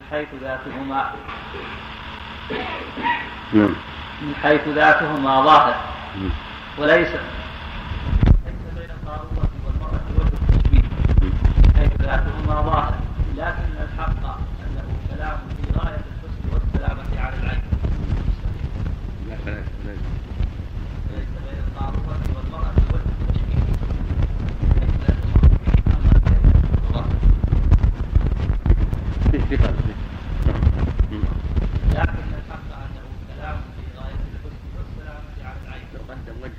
حيث ذاتهما من حيث ذاتهما ظاهر وليس بين القارورة والمرأة وجه التشبيه حيث ذاتهما ظاهر، لكن الحق أنه كلام في غاية الحسن والسلامة على العين. ليس بين القارورة والمرأة وجه التشبيه حيث ذاتهما لكن الحق أنه كلام في غاية الحسن والسلامة على العين. لو قدم وجه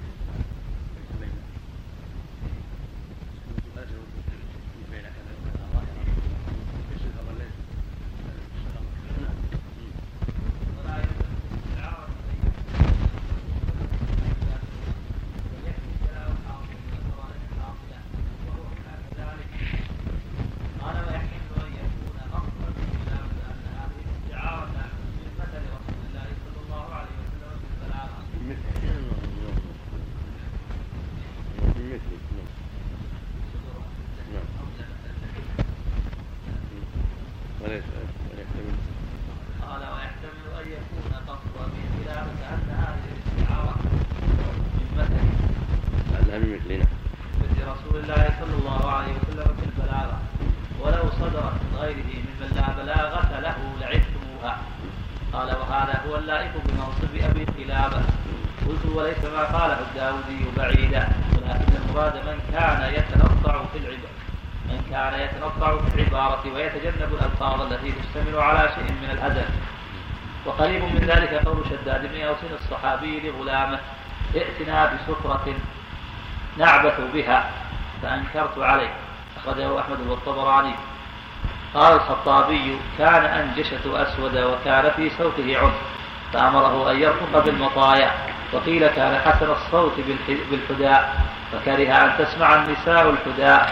ويتجنب الألفاظ التي تشتمل على شيء من الأذى. وقريب من ذلك قول شداد بن أوس الصحابي لغلامه: ائتنا بسفرة نعبث بها فأنكرت عليه، أخرجه أحمد والطبراني. قال الخطابي: كان أنجشة أسود وكان في صوته عنف فأمره أن يرفق بالمطايا. وقيل كان حسن الصوت بالحداء فكره أن تسمع النساء الحداء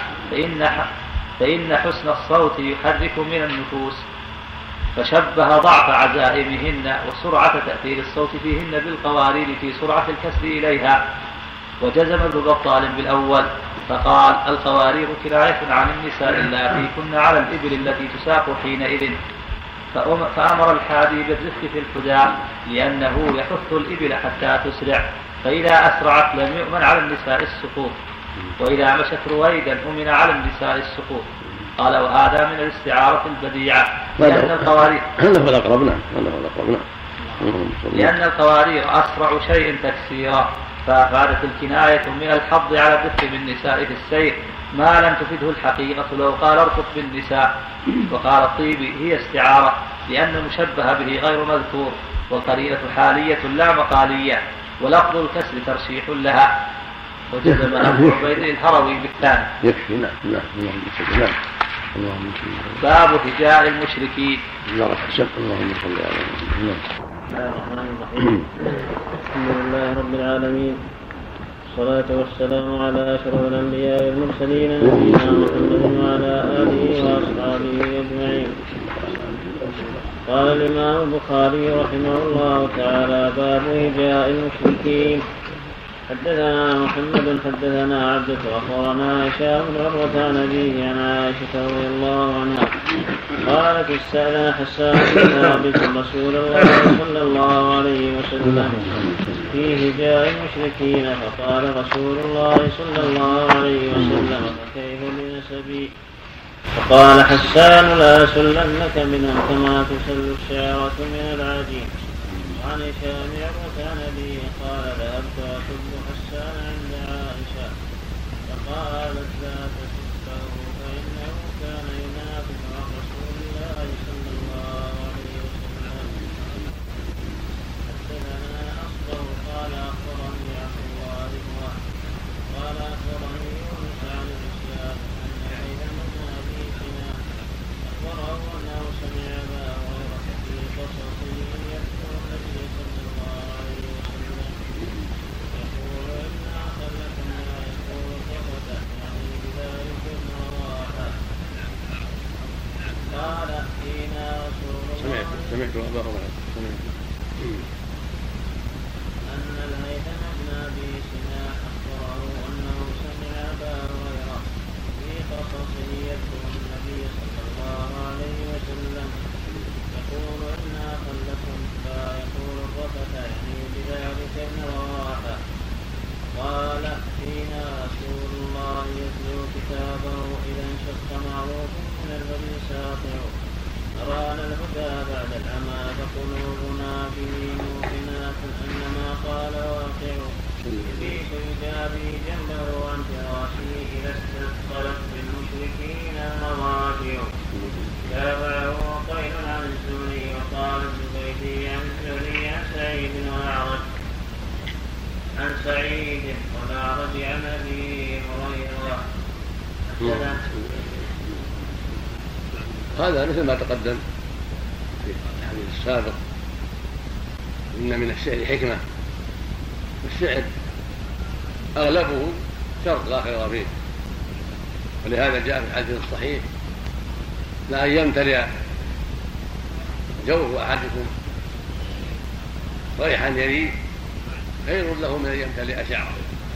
فإن حسن الصوت يحرك من النفوس، فشبه ضعف عزائمهن وسرعة تأثير الصوت فيهن بالقوارير في سرعة الكسر إليها. وجزم ابن بطال بالأول فقال: القوارير كناية عن النساء اللاتي كن على الإبل التي تساق حينئذ. فأمر الحادي بالرفق في الحداء لأنه يحث الإبل حتى تسرع، فإذا أسرعت لم يؤمن على النساء السقوط، وإذا مشت رويدا أمن على النساء السقوط. قال: وهذا من الاستعارة البديعة لأن القوارير أسرع شيء تكسيرا، فأفادت الكناية من الحظ على الرفق بالنساء في السير ما لم تفده الحقيقة لو قال ارفق بالنساء. وقال الطيبي: هي استعارة لأن المشبه به غير مذكور، والقرينة حالية لا مقالية، ولفظ الكسر ترشيح لها. وجزم أبو عبيد الهروي بالثاني. يكفي. نعم. باب هجاء المشركين. اللهم صل على محمد. بسم الله الرحمن الرحيم. الحمد لله رب العالمين، والصلاة والسلام على أشرف الأنبياء والمرسلين نبينا محمد وعلى آله وأصحابه أجمعين. قال الإمام البخاري رحمه الله تعالى: باب هجاء المشركين. حدثنا محمد حدثنا عبدة أخبرنا هشام بن عروة عن أبيه عن عائشة رضي الله عنها قالت: استأذن حسان بن ثابت رسول الله صلى الله عليه وسلم في هجاء المشركين، فقال رسول الله صلى الله عليه وسلم: فكيف بنسبي؟ فقال حسان: لا أسلنك منهم كما تسل الشعرة من العجين. عن هشام عروة عن أبيه قال: ذهبت أسب حسان عند عائشة فقالت: لا تسبه فإنه كان ينافق عن رسول الله صلى الله عليه وسلم. حدثنا أصبر قال: أخبرني عبد الله قال: أخبرني يونس عن الإسلام أن هيثم بن أبي سنان أخبره أنه سمع أبا هريرة في قصصه يذكر النبي صلى الله عليه وسلم يقول: إن أخلكم ما يقول قرة، يعني بذلك ابن رواحة. قال: فينا رسول الله سمعت أبا هريرة أن الهيثم بن أبي سنان أخبره أنه سمع أبا هريرة في قصصه يذكر النبي صلى الله عليه وسلم أرانا الهدى بعد العمى فقلوبنا به موقنات أن ما قال واقع يبيت يجابي جنبه عن فراشي إذا استثقلت بالمشركين المضاجع تابعه قيل عن الزهري وقال الزبيدي عن الزهري عن سعيد وأعرج عن سعيد والأعرج عن أبي هريرة. هذا مثل ما تقدم في الحديث السابق إن من الشعر حكمة، والشعر أغلبه شر لا خير فيه، ولهذا جاء في الحديث الصحيح لأن يمتلئ جوف أحدكم ريحا يريد خير له من أن يمتلئ شعره.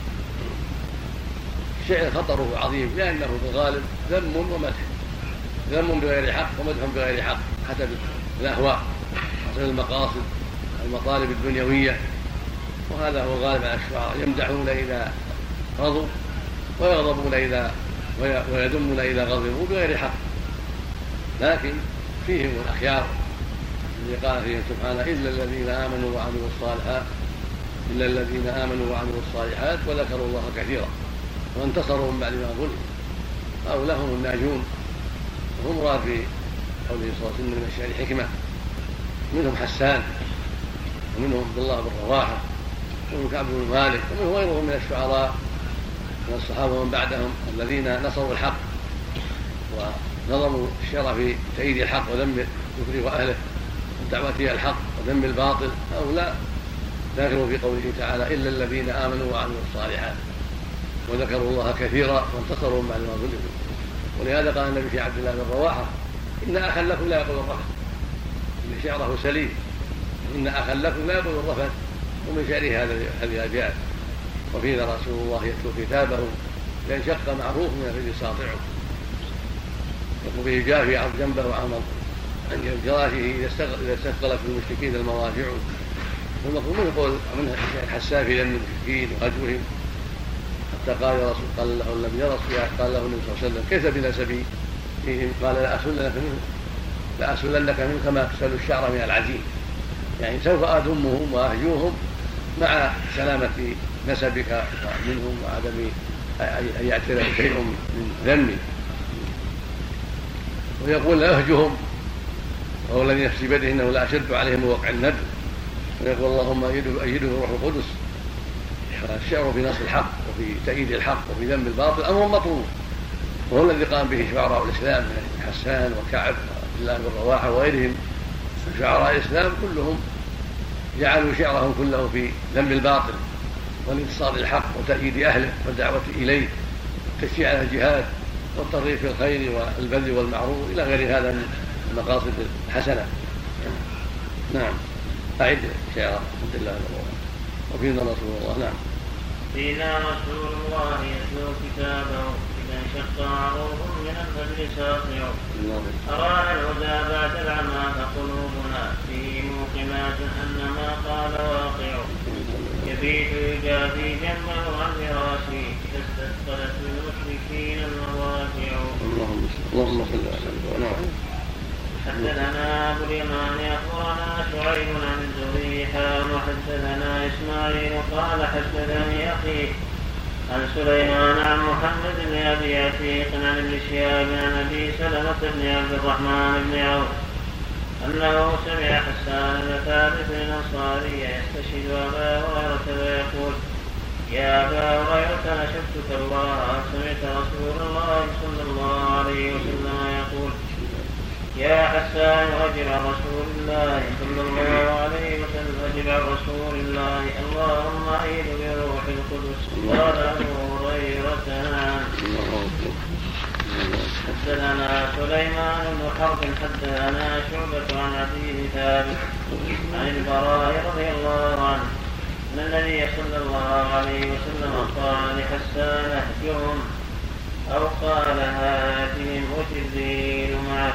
الشعر خطره عظيم لأنه في الغالب ذم ومدح، ذم بغير حق ومدح بغير حق حسب الأهواء، حسب المقاصد المطالب الدنيوية، وهذا هو غالب على الشعراء، يمدحون إذا رضوا ويغضبون ويذمون إذا غضبوا بغير حق. لكن فيهم الأخيار الذي قال فيهم سبحانه إلا الذين آمنوا وعملوا الصالحات وذكروا الله كثيرا وانتصروا من بعد ما ظلموا هؤلاء هم الناجون، وهم مراد في قوله صلى الله عليه وسلم من الشعر حكمة. منهم حسان ومنهم عبد الله بن رواحة ومنهم كعب بن مالك ومنهم غيرهم من الشعراء من الصحابة ومن بعدهم الذين نصروا الحق ونظموا الشرع في تأييد الحق وذم الكفر وأهله والدعوة إلى الحق وذم الباطل. هؤلاء ذكروا في قوله تعالى إلا الذين آمنوا وعملوا الصالحات وذكروا الله كثيرا وانتصروا بعد ما ظلموا. ولهذا قال النبي في عبد الله بن رواحة إن أخا لكم لا يقول الرفث، إن شعره سليم، إن أخا لكم لا يقول الرفث، ومن شعره هذه الأبيات. وفينا رسول الله يتلو كتابه لأن شق معروف من الرجل ساطعه يقول به جافي عن جنبه عن جراشه إذا استثقلت المشركين المضاجع. والمطلوب منه قول من الحسان في ذم المشركين وهجرهم حتى قال له النبي قال له النبي صلى الله عليه وسلم كيف بنسبي فيهم؟ قال لأسلنك منه كما تسل الشعر من العجين، يعني سوف أذمهم وأهجوهم مع سلامة نسبك منهم وعدم أن يعترف شيء من ذمي. ويقول لا أهجهم وهو الذي نفسي بيده إنه لا أشد عليهم وقع الندب. ويقول اللهم أيده روح القدس. الشعر في نصر الحق وفي تأييد الحق وفي ذم الباطل أمر مطلوب، وهو الذي قام به شعراء الإسلام من حسان وكعب وعبد الله بن رواحة وغيرهم من شعراء الإسلام، كلهم جعلوا شعرهم كله في ذم الباطل والانتصار للحق وتأييد أهله والدعوة إليه والتشجيع على الجهاد والترغيب في الخير والبذل والمعروف إلى غير هذا من المقاصد الحسنة. نعم. أعد شعر عبد الله بن رواحة. وفينا رسول الله. نعم. فينا رسول الله يتلو كتابه إذا انشق عروض من الفجر ساطع أرانا الهدى بعد العمى فقلوبنا فيه موقنات أن ما قال واقع يبيت يجافي جنبه عن فراشي إذا استثقلت بالمشركين المضاجع. اللهم صل على محمد. حدثنا أبو اليمان أخبرنا شعيب عن الزهري وحدثنا إسماعيل قال حدثني أخي عن سليمان عن محمد بن أبي عتيق عن ابن شهاب عن أبي سلمة بن عبد الرحمن بن عوف أنه سمع حسان بن ثابت الأنصاري يستشهد أبا هريرة ويقول يا أبا هريرة نشدتك الله سمعت رسول الله صلى الله عليه وسلم يقول يا حسان أجب عن رسول الله صلى الله عليه وسلم أجب عن رسول الله اللهم أعيد بروح القدس. قال أبو هريرة حدثنا سليمان بن حرب حدثنا شعبة عن أبي ثابت عن البراء رضي الله عنه أن النبي صلى الله عليه وسلم قال لحسان اهجرهم أو قال هاتهم وجبريل معك.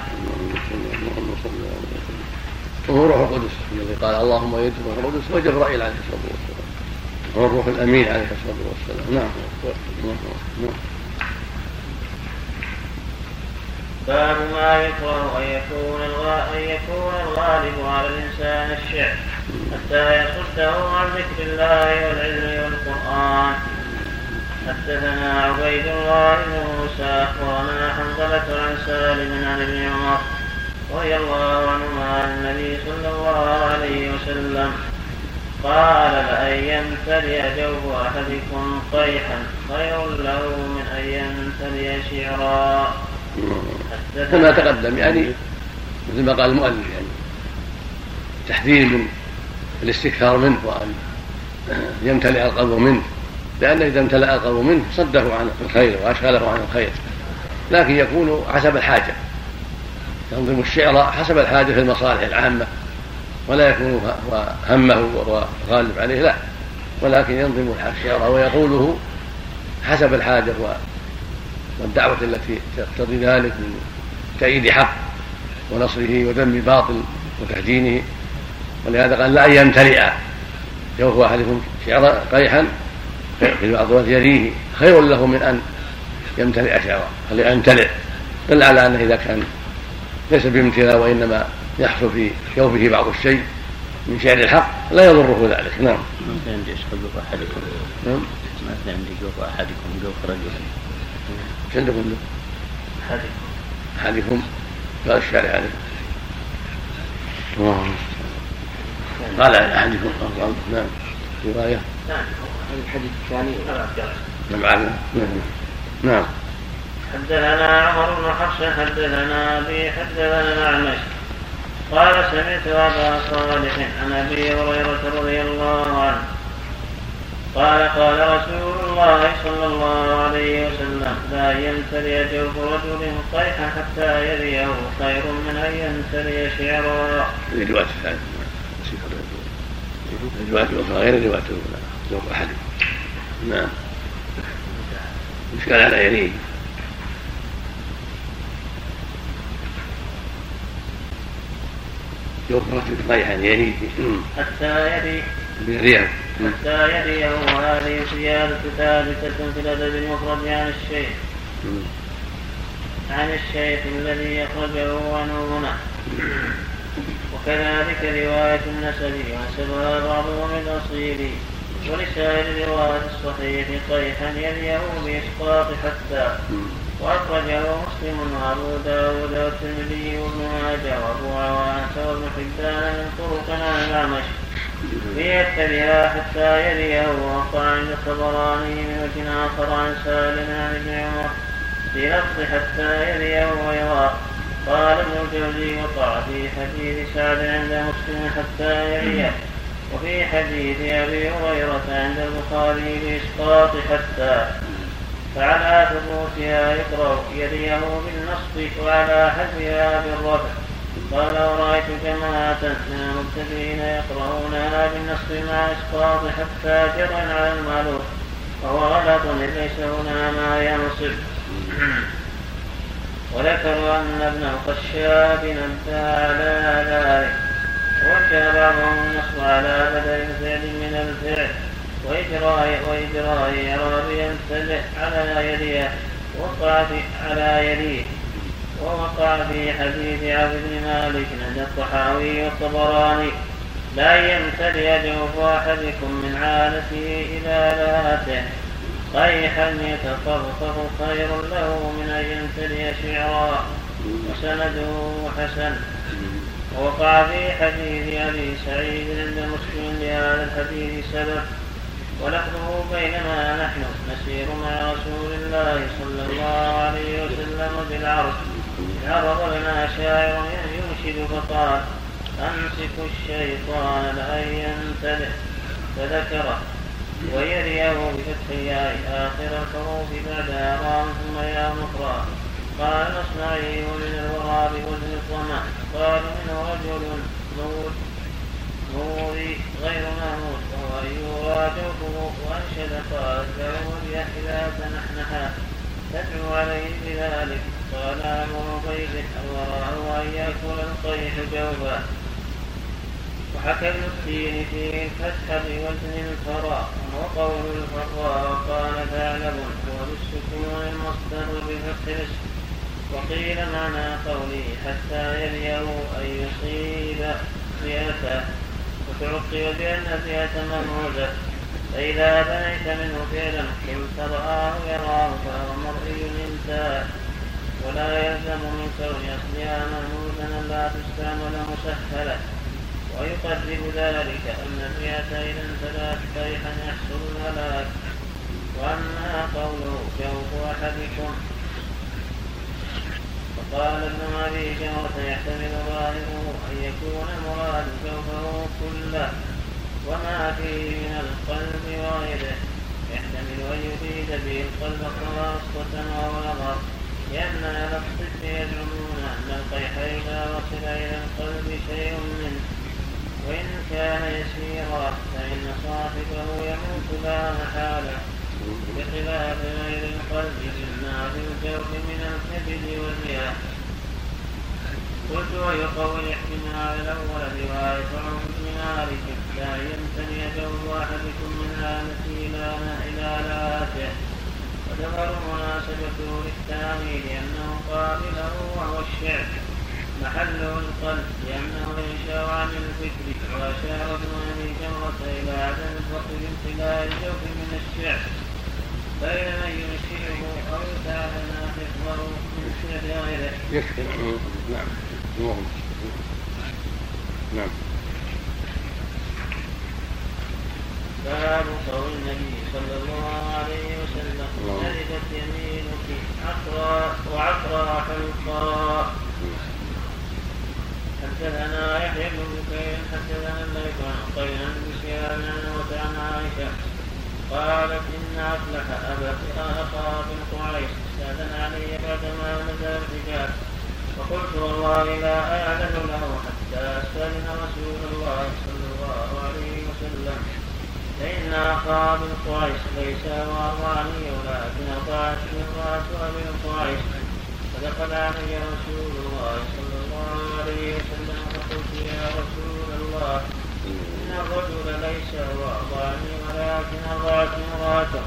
وهو روح القدس الذي قال اللهم يد روح القدس وجبرائيل عليه الصلاة والسلام، هو الروح الأمين عليه الصلاة والسلام. نعم. باب ما يكره أن يكون الغالب على الإنسان الشعر حتى يصده عن ذكر الله والعلم والقرآن. حدثنا عبيد الله بن موسى أخبرنا حنظلة عن سالم عن ابن عمر رضي الله عنهما عن النبي صلى الله عليه وسلم قال: لأن يمتلئ جوف أحدكم قيحا خير له من أن يمتلئ شعرا. كما تقدم يعني مثل ما قال المؤلف يعني تحذير من الاستكثار منه وأن يمتلئ القلب منه، لأنه إذا امتلأ القلب منه صده عن الخير وأشغله عن الخير، لكن يكون حسب الحاجة، ينظم الشعر حسب الحاجة في المصالح العامة، ولا يكون همه وغالب عليه، لا، ولكن ينظم الشعر ويقوله حسب الحاجة والدعوة التي تقتضي ذلك من تأييد حق ونصره وذم باطل وتحجينه. ولهذا قال: لا يمتلئ جوف أحدكم شعرا قيحا في بعض يريه خير له من أن يمتلئ شعرا، يمتلئ دل على أنه إذا كان ليس بامتلاء وإنما يحصل في جوفه بعض الشيء من شعر الحق لا يضره ذلك. نعم. ما عندي جوف أحدكم. نعم. ما عندي جوف أحدكم جوف رجل. ايش عندكم؟ أحدكم قال الشارع عليه قال أحدكم. نعم. رواية. الحديث الثاني. نعم. حدثنا عمر بن حفص حدثنا أبي حدثنا الأعمش قال: سمعت أبا صالح عن أبي هريرة رضي الله عنه قال: قال رسول الله صلى الله عليه وسلم: لا يمتلئ جوف رجل قيحا حتى يريه خير من أن يمتلئ شعرا. الرواية الثانية الرواية الأخرى غير الرواية الأولى جوف أحدكم. نعم. إشكال على يريه. جوف رجل قيحا يريه حتى يريه وهذه زيادة ثابتة في الأدب المفرد عن الشيخ الذي يخرجه عنه هنا، وكذلك رواية النسبي ونسبها بعضهم الأصيل، ولسائر رواية الصحيح قيحا يريه بإسقاط حتى، وأخرجه مسلم وأبو داود والترمذي وابن ماجه وأبو عوانة وابن حبان من طرق عن الأعمش ليتبعها حتى يريه. ووقع عند الطبراني من وجه آخر عن سالم عن ابن عمر في لفظ حتى يريه ويراه. قال ابن الجوزي: وقع في حديث سعد عند مسلم حتى يريه، وفي حديث أبي هريرة عند البخاري بإسقاط حتى، فعلى ثبوتها يقرأ يريه بالنصب وعلى حذفها بالرفع. قال: ورأيت جماعة من المبتدئين يقرؤونها بالنصب مع إسقاط حتى جرا على المعلوم، وهو غلط ليس هنا ما ينصب. وذكروا أن ابن الخشاب نبه على ذلك، ووجه بعضهم النصب على بدل الفعل من الفعل وإجراء إعراب يمتلئ على يديه ووقع في حديث عبد بن مالك عند الطحاوي والطبراني: لا يمتلئ جوف أحدكم من عادته إلى لاته قيحا يتطرطر خير له من أن يمتلئ شعرا، وسنده حسن. ووقع في حديث أبي سعيد عند مسلم لهذا الحديث سبب، ولفظه: بينما نحن نسير مع رسول الله صلى الله عليه وسلم بالعرض عرض لنا شاعر ينشد فقال: أمسك الشيطان لأن يمتلئ، فذكره ويريه بفتح ياء آخر الحروف بعدها راء ثم ياء أخرى. قال الأصمعي: ومن الوراء بوزن الظمأ. قال: منه رجل نوري غير محمود وهو يرى جوفه، وأنشد قالت له: وهي إذا تنحنحا تدعو عليه بذلك. قال أبو عبيد: الوراء أن يأكل القيح جوفا. وحكى ابن السين فيه الفتح بوزن الفراء، وقول الفراء قال ثعلب هو بالسكون المصدر بفتح الاسم، وقيل معنى قوله حتى يليه أن يصيب فئته، وتعقب بأن فئة مرموزة. فإذا بنيت منه فعلا قلت رآه يراه فهو مرئي انتهى. ولا يلزم من كون أصلها مرموزا لا تستعمل مسهلة. ويقرب ذلك أن فئة إذا انتهت فرحا يحصل الهلاك. وأما قوله جوف أحدكم فقال ابن أبي جمرة يحتمل ظاهره أن يكون المراد جوفه كله وما فيه من القلب وغيره. يحتمل أن يفيد به القلب خاصة وهو نظر، لأن أهل الطب يزعمون أن القيح إذا وصل إلى القلب شيء منه وإن كان يسيرا فإن صاحبه يموت لا محالة، بخلاف غير القلب مما في الجوف من الكبد والرياح. قلت ويقوي الاحتمال الأول رواية عمر بن مالك لا يمتنع جوف أحدكم من آنته إلى لاته، وتظهر مناسبته للتعميد أنه قابله وهو الشعر محله القلب لأنه ينشأ عن الفكر. وأشار ابن أبي جمرة إلى عدم الفرق بامتلاء الجوف من الشعر بين من ينشئه أو يتعلم حفظه من شعر غيره. نعم. نعم. باب قول النبي صلى الله عليه وسلم نرفت يمينك وعقرى حلقاء. حدثنا يحيى بن بكير حدثنا الليث عن قيل بن شهاب عن عائشة قالت إن أفلح أخا بن قريش استأذن علي بعدما نزل الحجاب فقلت والله لا أعلم له حتى أستأذن رسول الله صلى الله عليه وسلم فإن أخا بن قريش ليس وأرضعني ولكن أطاعتني امرأة أبي قريش. فدخل علي رسول الله صلى الله عليه وسلم فقلت يا رسول الله إن الرجل ليس وأرضعني ولكن أرضعت امرأته.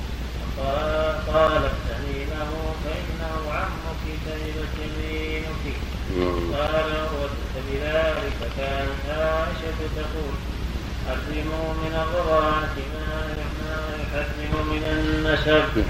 قال ائتني له فإنه عمك تربت يمينك. قال عروة فبذلك كانت عائشة تقول حرموا من الضراعة ما يحرم من النسب.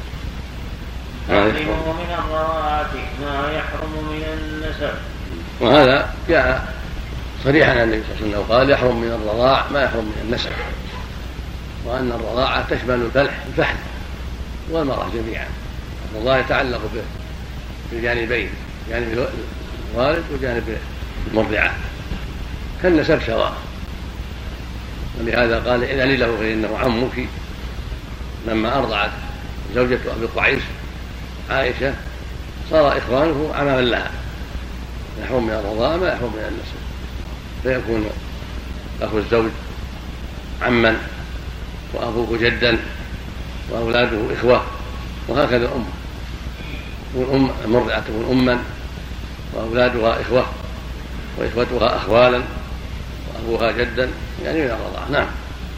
حرموا من الضراعة ما يحرم من النسب. وهذا جاء صريحا عن النبي صلى الله عليه وسلم قال يحرم من الرضاع ما يحرم من النسب، وأن الرضاعة تشمل الفحل والمرأة جميعا. الرضاعة يتعلق بالجانبين، جانب الوالد وجانب المرضعة كالنسب سواء. ولهذا قال إذن له فإنه عمك لما أرضعت زوجة أبي قعيس عائشة صار إخوانه عماما لها، يحرم من الرضاعة ما يحرم من النسب، فيكون أخو الزوج عما وأبوه جدا وأولاده إخوة، وهكذا الأم المرضعة تكون أما وأولادها إخوة وإخوتها أخوالا وأبوها جدا يعني من الرضاعة. نعم.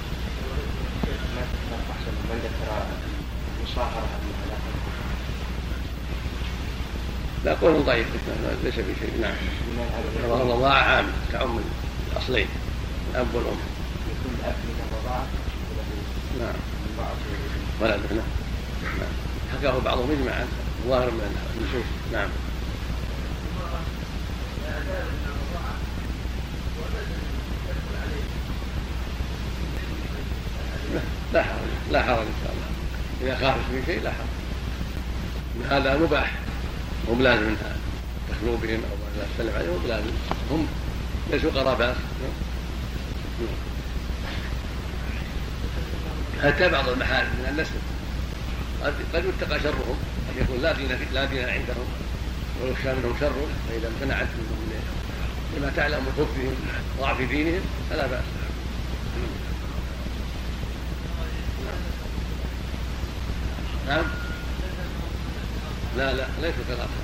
لا قول ضعيف ليس بشيء. نعم. الرضاعة عام تعم الأصلين الأب والأم. يكون الأب من الرضاعة نعم ولده. نعم. حكاه بعضهم اجمعا ظاهر من النصوص. نعم. لا حرج إن شاء الله إذا خافت من شيء لا حرج. هذا مباح هم لازم منها تخلو بهم أو لا تسلم عليهم لازم، هم ليسوا قرابات. حتى بعض المحارم من النسل قد يتقى شرهم، قد يكون لا دين عندهم ويخشى منهم شر، فإذا امتنعت منهم لما تعلم بخبثهم وضعف دينهم فلا بأس. نعم. لا ليسوا كالآخر،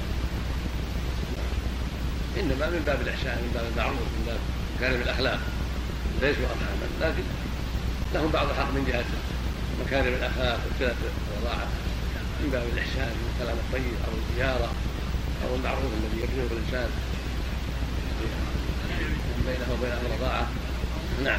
إنما من باب الإحسان، من باب المعروف، من باب مكارم الأخلاق، ليسوا أرحاما، لكن لهم بعض الحق من جهة مكارم الأخلاق وصلة الرضاعة، من باب الإحسان والكلام الطيب أو الزيارة أو المعروف الذي يكره الإنسان بينه وبين الرضاعة. نعم.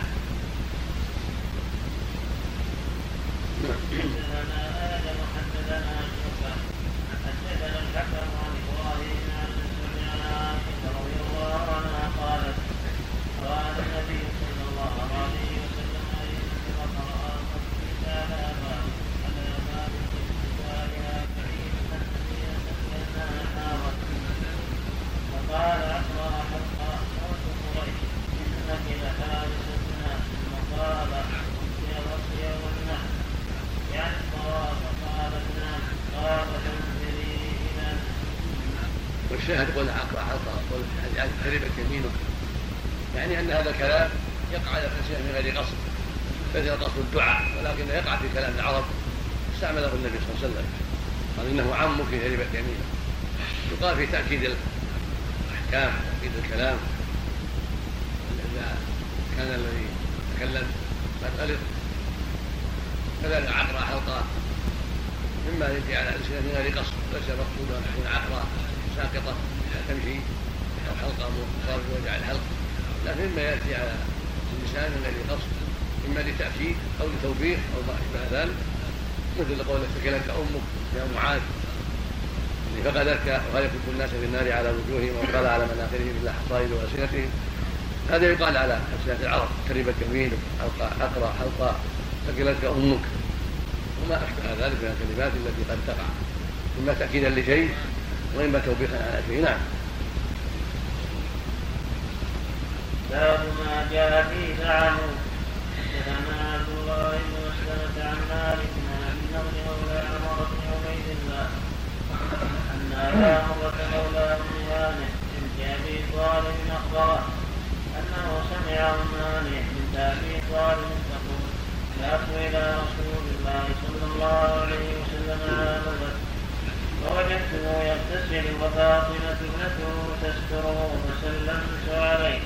والشاهد قول عقرى حلقة قول تربت يمينك، يعني أن هذا الكلام يقع على الإنسان من غير قصد، ليس قصد الدعاء ولكن يقع في كلام العرب استعمله النبي صلى الله عليه وسلم، قال إنه عمك تربت يمينك. يقال في تأكيد الأحكام تأكيد الكلام إذا كان الذي يتكلم قد غلط. كذلك عقرى حلقة مما يجي على الإنسان من غير قصد، ليس مقصودا أن يكون عقرى ساقطة تمشي أو حلقة مصاب بوجع الحلق، لكن مما يأتي على اللسان من غير قصد، إما لتأكيد أو لتوبيخ أو ما أشبه ذلك، مثل قولك ثكلتك أمك يا معاذ، فقدتك وغلقت الناس في النار على وجوههم وقال على مناخرهم إلا حصائد وألسنتهم. هذا يقال على ألسنة العرب تربت يمينك، عقرى حلقة، ثكلتك أمك وما أشبه ذلك من الكلمات التي قد تقع إما تأكيدا لشيء وإما توبيخا على شيء. نعم. باب ما جاء في زعمه. حدثنا عبد الله بن مسلمة عن مالك عن النضر مولى عمر بن عبيد الله أن أبا مرة مولى بن هانئ بنت أبي طالب أخبره أنه سمع عن مالك بنت أبي طالب تقول جاءت إلى رسول الله صلى الله عليه وسلم على مدد فوجدته يغتسل وفاطمة ابنته تستره فسلمت عليه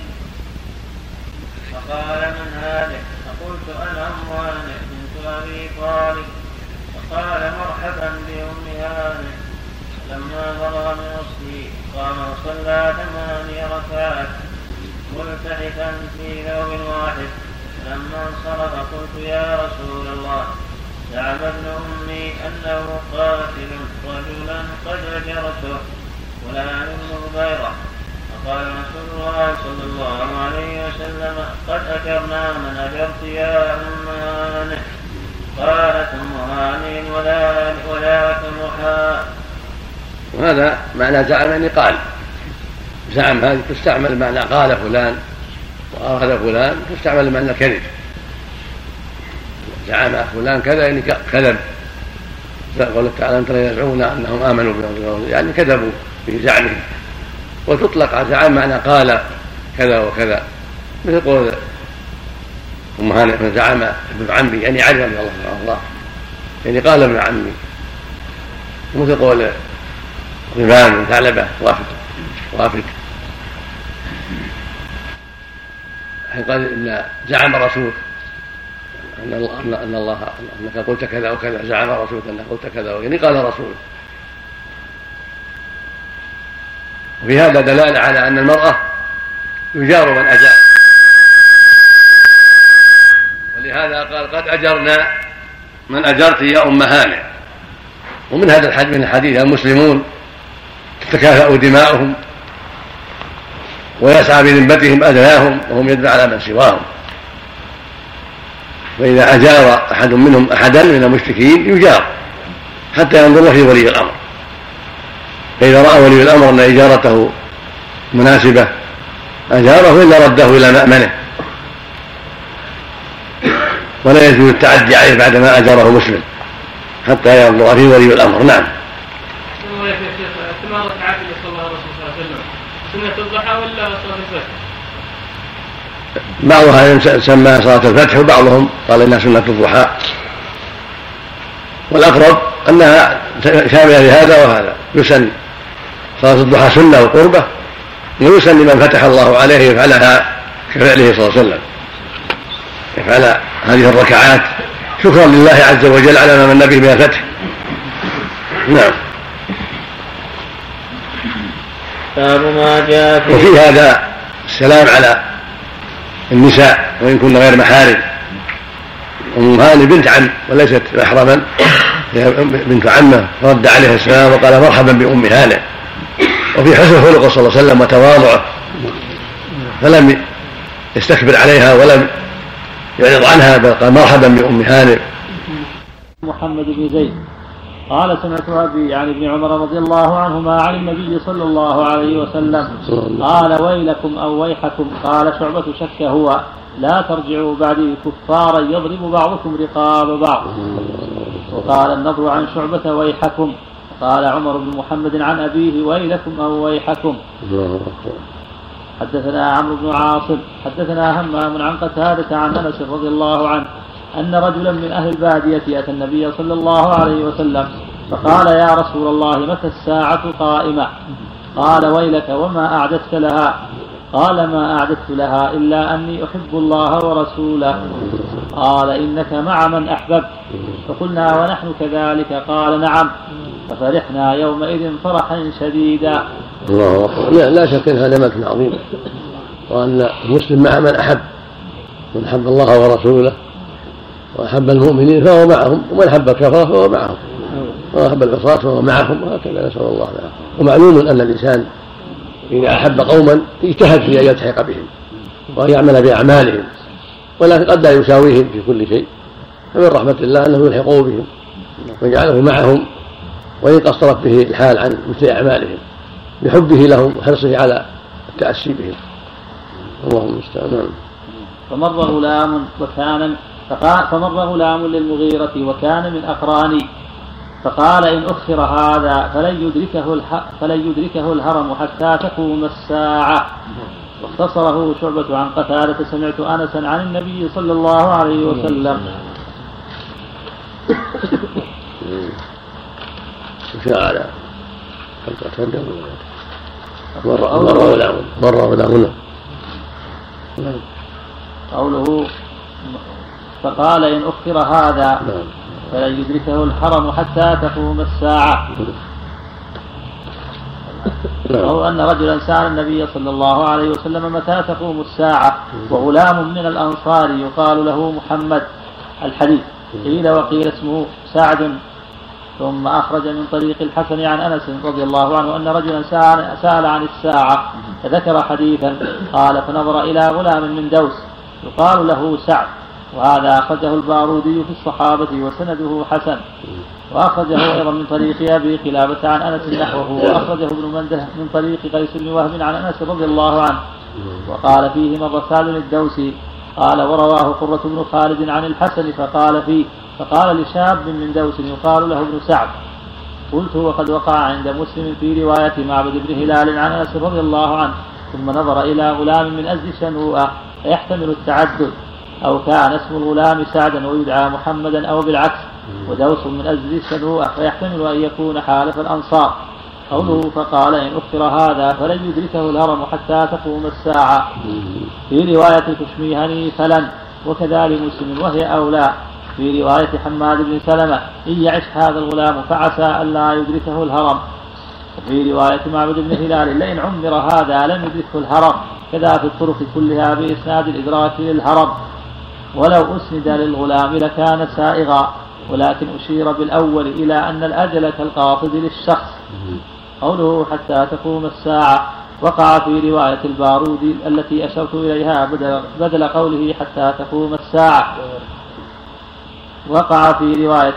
فقال من هذا؟ فقلت أنا أم هانئ بنت أبي طالب. فقال مرحبا بأم هانئ. لما فرغ من غسله قام وصلى 8 ركعات ملتحفا في ثوب واحد. فلما انصرف قلت يا رسول الله زعم ابن أمي أنه قاتل رجلا قد أجرته فلان بن هبيرة. فقال رسول الله صلى الله عليه وسلم قد أجرنا من أجرت يا أم هانئ. قالت أم هانئ ولا كمحا. وهذا معنى زعم يعني قال. زعم هذه تستعمل معنى قال فلان وأخذ فلان، تستعمل معنى كذب. زعم فلان كذا يعني كذب. قال تعالى أنت لا يزعمون أنهم آمنوا بهم يعني كذبوا في زعمهم. وتطلق على زعم معنى قال كذا وكذا، مثل قول أم هانئ من زعم ابن عمي يعني علم الله سبحانه الله يعني قال ابن عمي، مثل قول ربان بن ثعلبة وافد قال إن زعم رسول أن الله أنك قلت كذا وكذا، زعم رسولك أنك قلت كذا يعني قال رسول. وفي هذا دلالة على أن المرأة يجار من أجار، ولهذا قال قد أجرنا من أجرت يا أم هانئ. ومن هذا من الحديث المسلمون تتكافأ دماؤهم ويسعى بذمتهم أدناهم وهم يدفع على من سواهم. فإذا أجار أحد منهم أحدا من المشركين يجار حتى ينظر في ولي الأمر، فإذا رأى ولي الأمر أن إجارته مناسبة أجاره إلا رده إلى مأمنه، ولا يجوز التعدي عليه بعدما أجاره مسلم حتى ينظر في ولي الأمر. نعم. كما ركعات اللي صلى الرسول صلى الله عليه وسلم سنة الضحى ولا صلاة الفجر؟ بعضها يسمى صلاة الفتح وبعضهم قال إنها سنة الضحى، والأقرب أنها شاملة لهذا وهذا. يسن صلاة الضحى سنة وقربة، ويسن لمن فتح الله عليه يفعلها كفعله صلى الله عليه وسلم، يفعل هذه الركعات شكرا لله عز وجل على ما من به من الفتح. نعم. باب ما جاء فيه. وفي هذا السلام على النساء وإن كن غير محارم. أم هاني بنت عم وليست محرما، هي بنت عمه، فرد عليها السلام وقال مرحبا بأم هاني. وفي حسن خلقه صلى الله عليه وسلم وتواضعه فلم يستكبر عليها ولم يعرض عنها، بل قال مرحبا بأم هاني. محمد بن زيد قال سمعت أبي عن ابن عمر رضي الله عنهما عن النبي صلى الله عليه وسلم قال ويلكم أو ويحكم. قال شعبة شك هو لا ترجعوا بعدي كفارا يضرب بعضكم رقاب بعض. وقال النضر عن شعبة ويحكم. قال عمر بن محمد عن أبيه ويلكم أو ويحكم. حدثنا عمرو بن عاصم حدثنا همام عن قتادة عن أنس رضي الله عنه أن رجلا من أهل البادية أتى النبي صلى الله عليه وسلم فقال يا رسول الله متى الساعة قائمة؟ قال ويلك وما أعددت لها؟ قال ما أعددت لها إلا أني أحب الله ورسوله. قال إنك مع من أحببت. فقلنا ونحن كذلك؟ قال نعم. ففرحنا يومئذ فرحا شديدا. الله أكبر. لا شك أن هذا مكن عظيم، وأن المسلم مع من أحب، من أحب الله ورسوله وأحب المؤمنين فهو معهم، ومن أحب الكفرة فهو معهم، وأحب العصاة فهو معهم، وهكذا نسأل الله العافية. ومعلوم أن الإنسان إذا أحب قوما يجتهد في أن يلتحق بهم وأن يعمل بأعمالهم، ولكن قد لا يساويهم في كل شيء، فمن رحمة الله أنه يلحقوا بهم ويجعله معهم وإن قصرت به الحال عن مثل أعمالهم بحبه لهم وحرصه على التأسي بهم. اللهم المستعان. فمر غلام للمغيرة وكان من أقراني فقال إن أخر هذا فلن يدركه الهرم حتى تقوم الساعة. واختصره شعبة عن قتادة سمعت أنسا عن النبي صلى الله عليه وسلم. على مر غلام قوله فقال إن أخر هذا فلن يدركه الحرم حتى تقوم الساعة. أو أن رجلا سأل النبي صلى الله عليه وسلم متى تقوم الساعة وغلام من الأنصار يقال له محمد. الحديث قيل وقيل اسمه سعد. ثم أخرج من طريق الحسن عن أنس رضي الله عنه أن رجلا سأل عن الساعة فذكر حديثا قال فنظر إلى غلام من دوس يقال له سعد. وهذا أخرجه البارودي في الصحابة وسنده حسن. وأخرجه أيضا من طريق أبي قلابة عن أنس نحوه. وأخرجه ابن منده من طريق قيس بن وهب عن أنس رضي الله عنه. وقال فيه مر سالم الدوسي قال ورواه قرة بن خالد عن الحسن فقال لشاب من دوس يقال له ابن سعد. قلت وقد وقع عند مسلم في رواية معبد بن هلال عن أنس رضي الله عنه. ثم نظر إلى غلام من أزد شنوءة فيحتمل التعدد أو كان اسم الغلام سعدا ويدعى محمدا أو بالعكس. ودوس من أزد شنوءة فيحتمل أن يكون حالف الأنصار. قوله فقال إن أخر هذا فلن يدركه الهرم حتى تقوم الساعة. في رواية الكشميهني فلن وكذلك مسلم وهي أولى. في رواية حماد بن سلمة إن يعش هذا الغلام فعسى أن لا يدركه الهرم. وفي رواية معبد بن هلال لئن عمر هذا لم يدركه الهرم. كذا في الطرق كلها بإسناد الإدراك للهرم. ولو أسند للغلام لكان سائغا ولكن أشير بالأول إلى أن الأجل كالقاصد للشخص. قوله حتى تقوم الساعة وقع في رواية البارودي التي أشرت إليها بدل قوله حتى تقوم الساعة. وقع في رواية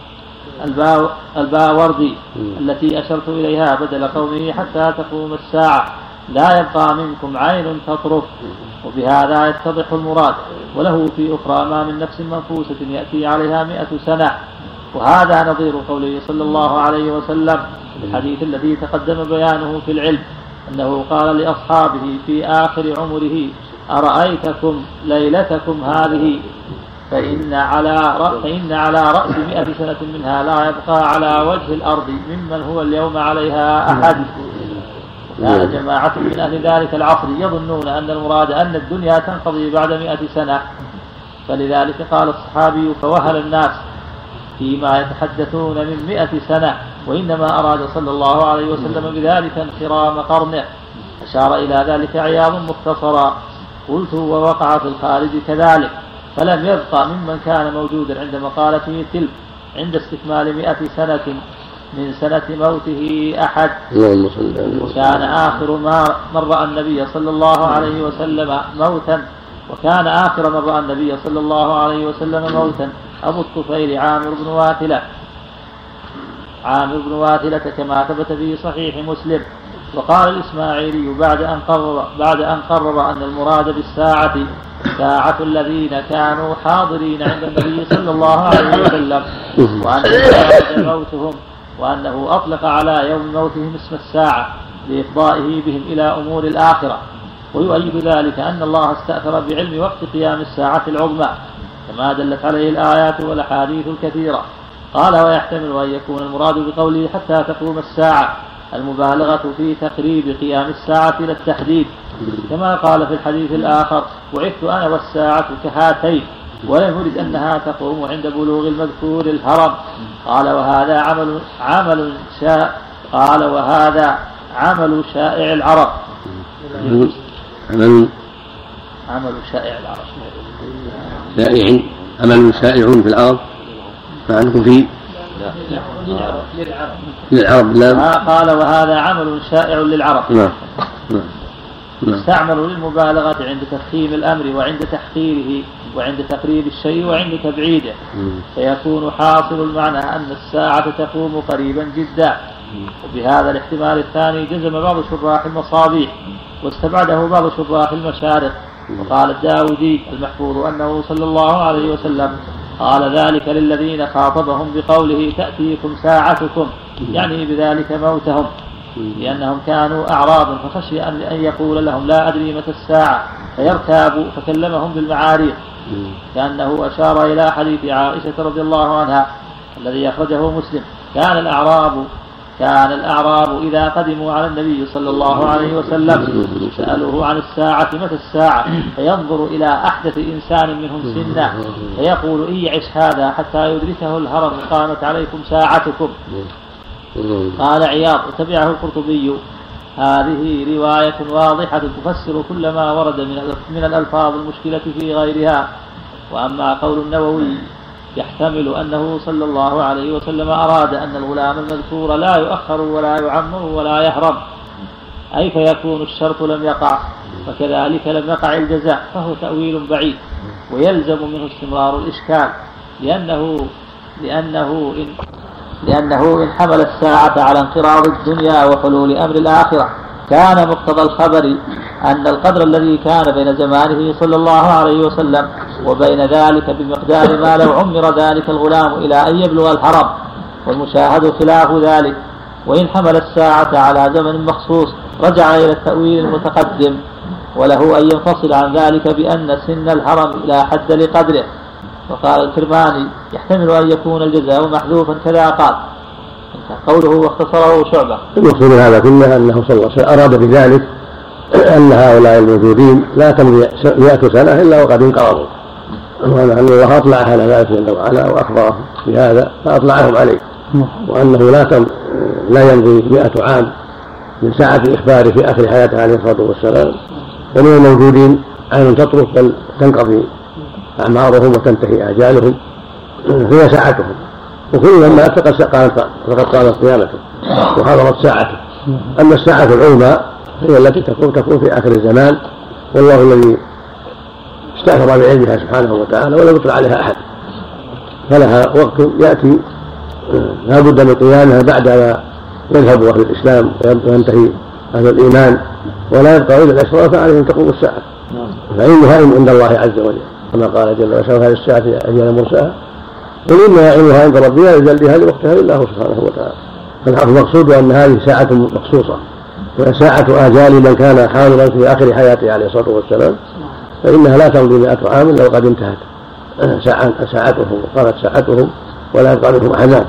الباوردي التي أشرت إليها بدل قوله حتى تقوم الساعة لا يبقى منكم عين تطرف. وبهذا يتضح المراد. وله في أخرى ما من نفس منفوسة يأتي عليها 100 سنة. وهذا نظير قوله صلى الله عليه وسلم في الحديث الذي تقدم بيانه في العلم أنه قال لأصحابه في آخر عمره أرأيتكم ليلتكم هذه فإن على رأس 100 سنة منها لا يبقى على وجه الأرض ممن هو اليوم عليها أحد. كان جماعة من أهل ذلك العصر يظنون أن المراد أن الدنيا تنقضي بعد 100 سنة. فلذلك قال الصحابي فوهل الناس فيما يتحدثون من 100 سنة، وإنما أراد صلى الله عليه وسلم بذلك انخرام قرنه. أشار إلى ذلك عياض مختصرا. قلت ووقع في الخارج كذلك، فلم يبقى ممن كان موجودا عند مقالته تلك عند استكمال 100 سنة من سنة موته أحد. وكان آخر من رأى النبي صلى الله عليه وسلم موتا أبو الطفيل عامر بن واثلة كما ثبت في صحيح مسلم. وقال الإسماعيلي بعد أن قرر أن المراد بالساعة ساعة الذين كانوا حاضرين عند النبي صلى الله عليه وسلم، وأنه موتهم، وأنه أطلق على يوم موتهم اسم الساعة لإفضائه بهم إلى أمور الآخرة. ويؤيد ذلك أن الله استأثر بعلم وقت قيام الساعة العظمى كما دلت عليه الآيات والأحاديث الكثيرة. قال ويحتمل أن يكون المراد بقوله حتى تقوم الساعة المبالغة في تقريب قيام الساعة إلى التحديد، كما قال في الحديث الآخر بعثت أنا والساعة كهاتين، ولم يرد أنها تقوم عند بلوغ المذكور الهرم. قال وهذا عمل شائع العرب. عمل شائع العرب عمل شائع في العرب. فعنكم فيه للعرب لا. قال وهذا عمل شائع للعرب. يستعمل للمبالغة عند تفخيم الأمر وعند تحقيره وعند تقريب الشيء وعند تبعيده، فيكون حاصل المعنى أن الساعة تقوم قريبا جدا. وبهذا الاحتمال الثاني جزم بعض شراح المصابيح واستبعده بعض شراح المشارق. وقال الداودي المحفوظ أنه صلى الله عليه وسلم قال ذلك للذين خاطبهم بقوله تأتيكم ساعتكم، يعني بذلك موتهم، لأنهم كانوا أعرابا فخشي أن يقول لهم لا أدري متى الساعة فيرتابوا فكلمهم بالمعاريض، كأنه أشار إلى حديث عائشة رضي الله عنها الذي أخرجه مسلم كان الأعراب إذا قدموا على النبي صلى الله عليه وسلم سألوه عن الساعة متى الساعة، فينظر إلى أحدث إنسان منهم سنا فيقول إن يعش هذا حتى يدركه الهرم قامت عليكم ساعتكم. قال عياض وتبعه القرطبي هذه رواية واضحة تفسر كل ما ورد من الألفاظ المشكلة في غيرها. وأما قول النووي يحتمل أنه صلى الله عليه وسلم أراد أن الغلام المذكور لا يؤخر ولا يعمر ولا يهرم، أي فيكون الشرط لم يقع، فكذلك لم يقع الجزاء، فهو تأويل بعيد ويلزم منه استمرار الإشكال، لأنه إن حمل الساعة على انقراض الدنيا وحلول أمر الآخرة كان مقتضى الخبر أن القدر الذي كان بين زمانه صلى الله عليه وسلم وبين ذلك بمقدار ما لو عمر ذلك الغلام إلى أن يبلغ الحرم، والمشاهد خلاف ذلك. وإن حمل الساعة على زمن مخصوص رجع إلى التأويل المتقدم، وله أن ينفصل عن ذلك بأن سن الحرم لا حد لقدره. وقال الكرماني يحتمل أن يكون الجزاء محذوفا كذا قال. قوله واختصره شعبة. المقصود من هذا كله أنه صلى الله عليه وسلم أراد بذلك أن هؤلاء الموجودين لا تمضي 100 سنة إلا وقد انقرضوا، وأن الله أطلع على ذلك جل وعلا وأخبرهم بهذا فأطلعهم عليه، وأنه لا يمضي 100 عام من ساعة إخباره في آخر حياته عليه الصلاة والسلام، ومن الموجودين عين تطرف بل تنقضي أعمارهم وتنتهي آجالهم هي ساعتهم، وكل من مات فقد قامت قيامته وحضرت ساعته. أما الساعة العظمى هي التي تكون في آخر الزمان، والله الذي استأثر بعلمها سبحانه وتعالى ولا يطلع عليها أحد، فلها وقت يأتي لا بد من قيامها بعد ما يذهب أهل الإسلام وينتهي أهل الإيمان ولا يبقى إلا الأشراف عليهم تقوم الساعة، فعلمها عند الله عز وجل كما قال جل وعلا هذه الساعة أجل مرساها قل إنما علمها عند ربها لا يجليها لوقتها إلا هو سبحانه وتعالى. فالمقصود أن هذه ساعة مخصوصة وهي ساعة آجال من كان حاضرا في آخر حياته عليه الصلاة والسلام، فإنها لا تمضي 100 عام إلا وقد انتهت ساعتهم وقامت ساعتهم ولا يبقى منهم أحد.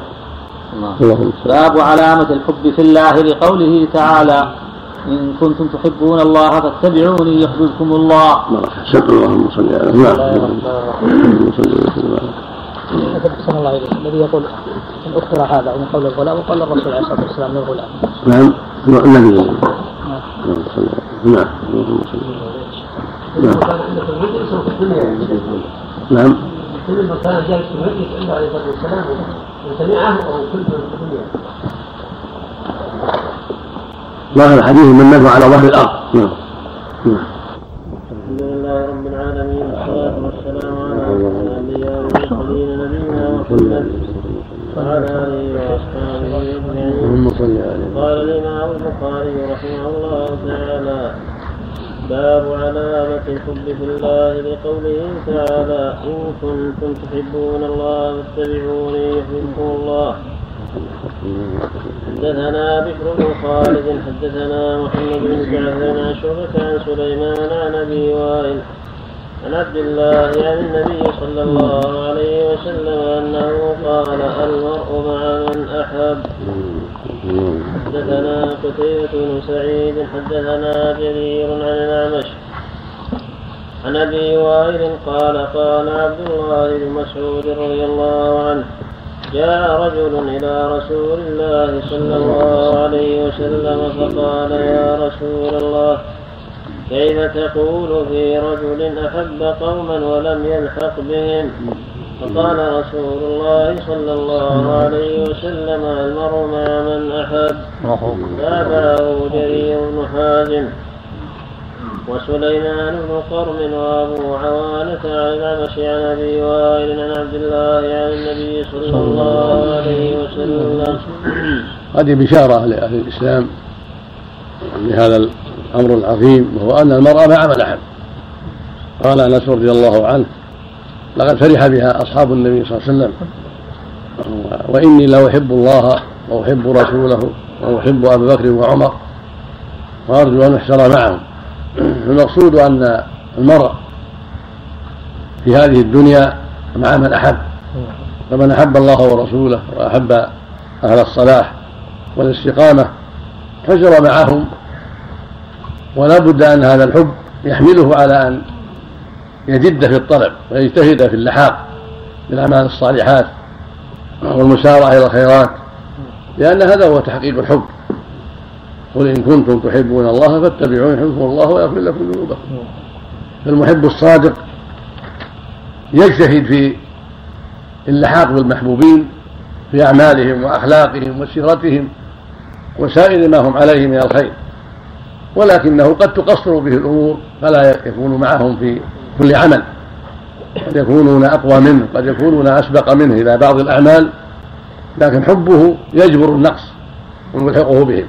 باب علامة الحب في الله لقوله تعالى إن كنتم تحبون الله فاتبعوني يحببكم الله. اللهم صل على أحسن الله إليك الذي يقول إن أخبر هذا من قول الغلام وقال الرسول عليه الصلاة والسلام للغلام. نعم النبي. نعم. كل من كان جالس في المجلس عنده عليه الصلاة والسلام وسمعه أو كل من في الدنيا. ظاهر الحديث من نزل على ظهر الأرض. نعم. الحمد لله رب العالمين والصلاة والسلام على الأنبياء والمرسلين نبينا محمد وعلى آله وأصحابه أجمعين. قال الإمام البخاري رحمه الله تعالى: باب علامة الحب في الله لقوله تعالى: إن كنتم تحبون الله فاتبعوني يحببكم الله. حدثنا بشر بن خالد حدثنا محمد بن جعفر عن شعبة عن سليمان عن أبي وائل عن عبد الله عن النبي صلى الله عليه وسلم أنه قال: المرء مع من أحب. حدثنا قتيبة بن سعيد حدثنا جرير عن الأعمش عن أبي وائل قال: قال عبد الله بن مسعود رضي الله عنه: جاء رجل إلى رسول الله صلى الله عليه وسلم فقال: يا رسول الله، كيف تقول في رجل أحب قوما ولم يلحق بهم؟ فقال رسول الله صلى الله عليه وسلم: المرء مع من أحب. تابعه جرير بن حازم وسليمان بن قرم وأبو عوانة عن الأعمش عن أبي وائل عن عبد الله عن النبي صلى الله عليه وسلم. هذه بشارة لأهل الإسلام لهذا الأمر العظيم، وهو أن المرء مع من أحب. قال أنس رضي الله عنه: لقد فرح بها أصحاب النبي صلى الله عليه وسلم، وإني لأحب الله وأحب رسوله وأحب أبا بكر وعمر وأرجو أن أحشر معهم. المقصود أن المرء في هذه الدنيا مع من أحب، فمن أحب الله ورسوله وأحب أهل الصلاح والاستقامة حشر معهم، ولا بد أن هذا الحب يحمله على أن يجد في الطلب ويجتهد في اللحاق بالأعمال الصالحات والمسارعة إلى الخيرات، لأن هذا هو تحقيق الحب. قل إن كنتم تحبون الله فاتبعوني يحببكم الله ويغفر لكم ذنوبكم. فالمحب الصادق يجتهد في اللحاق بالمحبوبين في أعمالهم وأخلاقهم وسيرتهم وسائر ما هم عليه من الخير، ولكنه قد تقصر به الأمور فلا يكون معهم في كل عمل، قد يكونون أقوى منه، قد يكونون أسبق منه إلى بعض الأعمال، لكن حبه يجبر النقص ويلحقه بهم.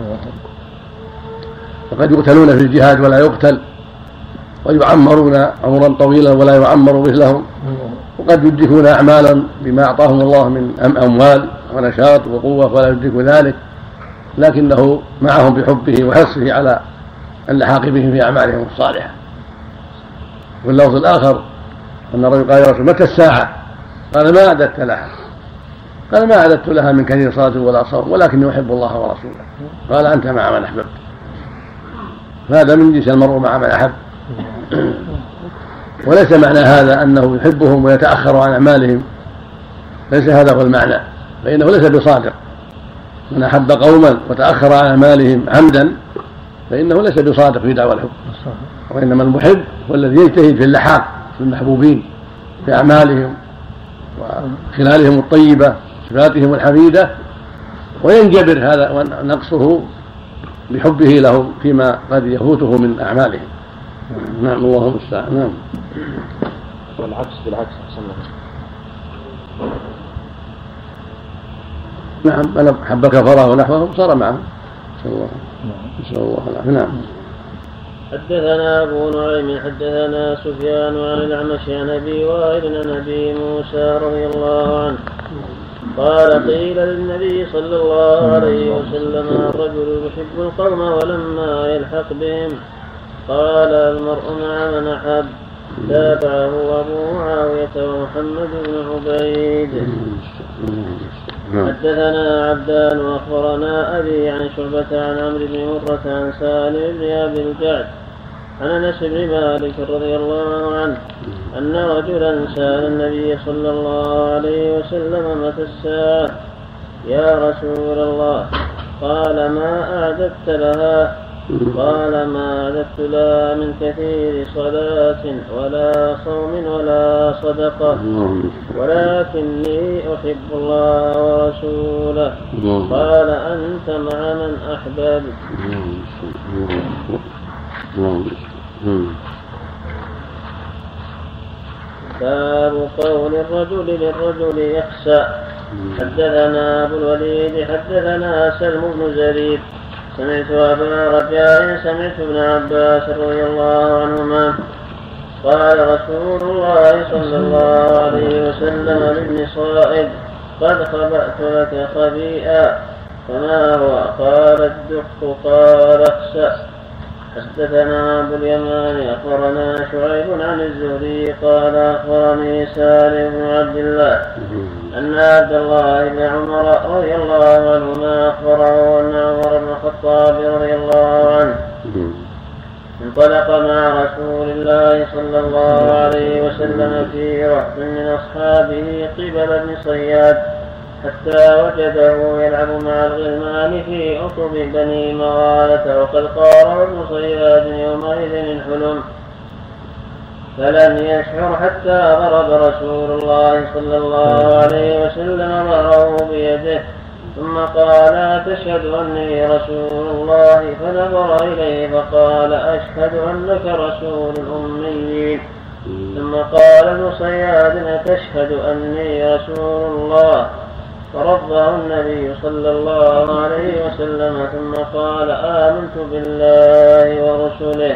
وقد يقتلون في الجهاد ولا يقتل، ويعمرون عمرا طويلا ولا يعمر مثلهم، وقد يدركون أعمالا بما أعطاهم الله من أموال ونشاط وقوة ولا يدرك ذلك، لكنه معهم بحبه وحرصه على اللحاق بهم في أعمالهم الصالحة. وفي اللفظ الآخر أن الرجل قال: يا رسول متى الساعة؟ قال: ما أعددت لها؟ قال: ما أعددت لها من كثير صلاة ولا صوم، ولكني أحب الله ورسوله. قال: أنت مع من أحببت. هذا من جنس المرء مع من أحب. وليس معنى هذا أنه يحبهم ويتأخر عن أعمالهم، ليس هذا هو المعنى، فإنه ليس بصادق. من أحب قوما وتأخر عن أعمالهم عمدا فإنه ليس بصادق في دعوى الحب، وإنما المحب هو الذي يجتهد في اللحاق في المحبوبين في أعمالهم وخلالهم الطيبة صفاتهم الحميدة، وينجبر هذا نقصه بحبه لهم فيما قد يفوته من أعمالهم. نعم، الله المستعان. نعم. والعكس بالعكس أحسن الله. نعم، أنا حب كفره ونحوهم صار معهم. نسأل الله العافية. نعم. حدثنا أبو نعيم حدثنا سفيان عن الأعمش عن أبي وائل عن أبي موسى رضي الله عنه قال: قيل للنبي صلى الله عليه وسلم: الرجل يحب القوم ولما يلحق بهم؟ قال: المرء مع من أحب. تابعه أبو معاوية ومحمد بن عبيد. حدثنا عبدان وأخبرنا أبي عن شعبة عن عمرو بن مرة عن سالم بن أبي الجعد عن انس بن مالك رضي الله عنه ان رجلا سال النبي صلى الله عليه وسلم متى الساعه يا رسول الله؟ قال ما اعددت لها؟ قال ما أعددت لها من كثير صلاة ولا صوم ولا صدقة ولكني أحب الله ورسوله. قال أنت مع من أحببت. باب قول الرجل للرجل يخسأ. حدثنا أبو الوليد حدثنا سلم بن زريد سمعت أبا رجاء سمعت ابن عباس رضي الله عنهما قال رسول الله صلى الله عليه وسلم لابن صائد قد خبأت لك خبيئا فما هو؟ قال الدق. قال اخسأ. حدثنا أبو اليمان أخبرنا شعيب عن الزهري قال أخبرني سالم بن عبد الله أن عبد الله بن عمر رضي الله عنهما أخبره أن عمر بن الخطاب رضي الله عنه انطلق مع رسول الله صلى الله عليه وسلم في رهط من أصحابه قبل ابن صياد حتى وجده يلعب مع الغلمان في أطب بني مغالة وقد قارب ابن صياد يومئذ الحلم فلم يشعر حتى ضرب رسول الله صلى الله عليه وسلم ظهره بيده ثم قال تشهد أني رسول الله؟ فنظر إليه فقال أشهد أنك رسول الأميين. ثم قال ابن صياد أتشهد أني رسول الله؟ فرضه النبي صلى الله عليه وسلم ثم قال آمنت بالله ورسله.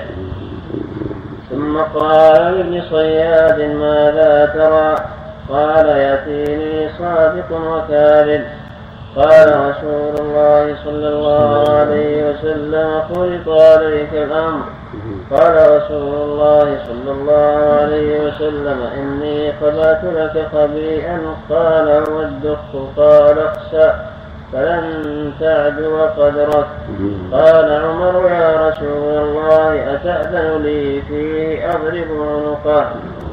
ثم قال لابن صياد ماذا ترى؟ قال يأتيني صادق وكاذب. قال رسول الله صلى الله عليه وسلم فرض عليك الأمر. قال رسول الله صلى الله عليه وسلم إني خبأت لك خبيئا. قال هو الدق. قال اخسأ فلن تعدو قدرك. قال عمر يا رسول الله أتأذن لي فيه أضرب عنقه؟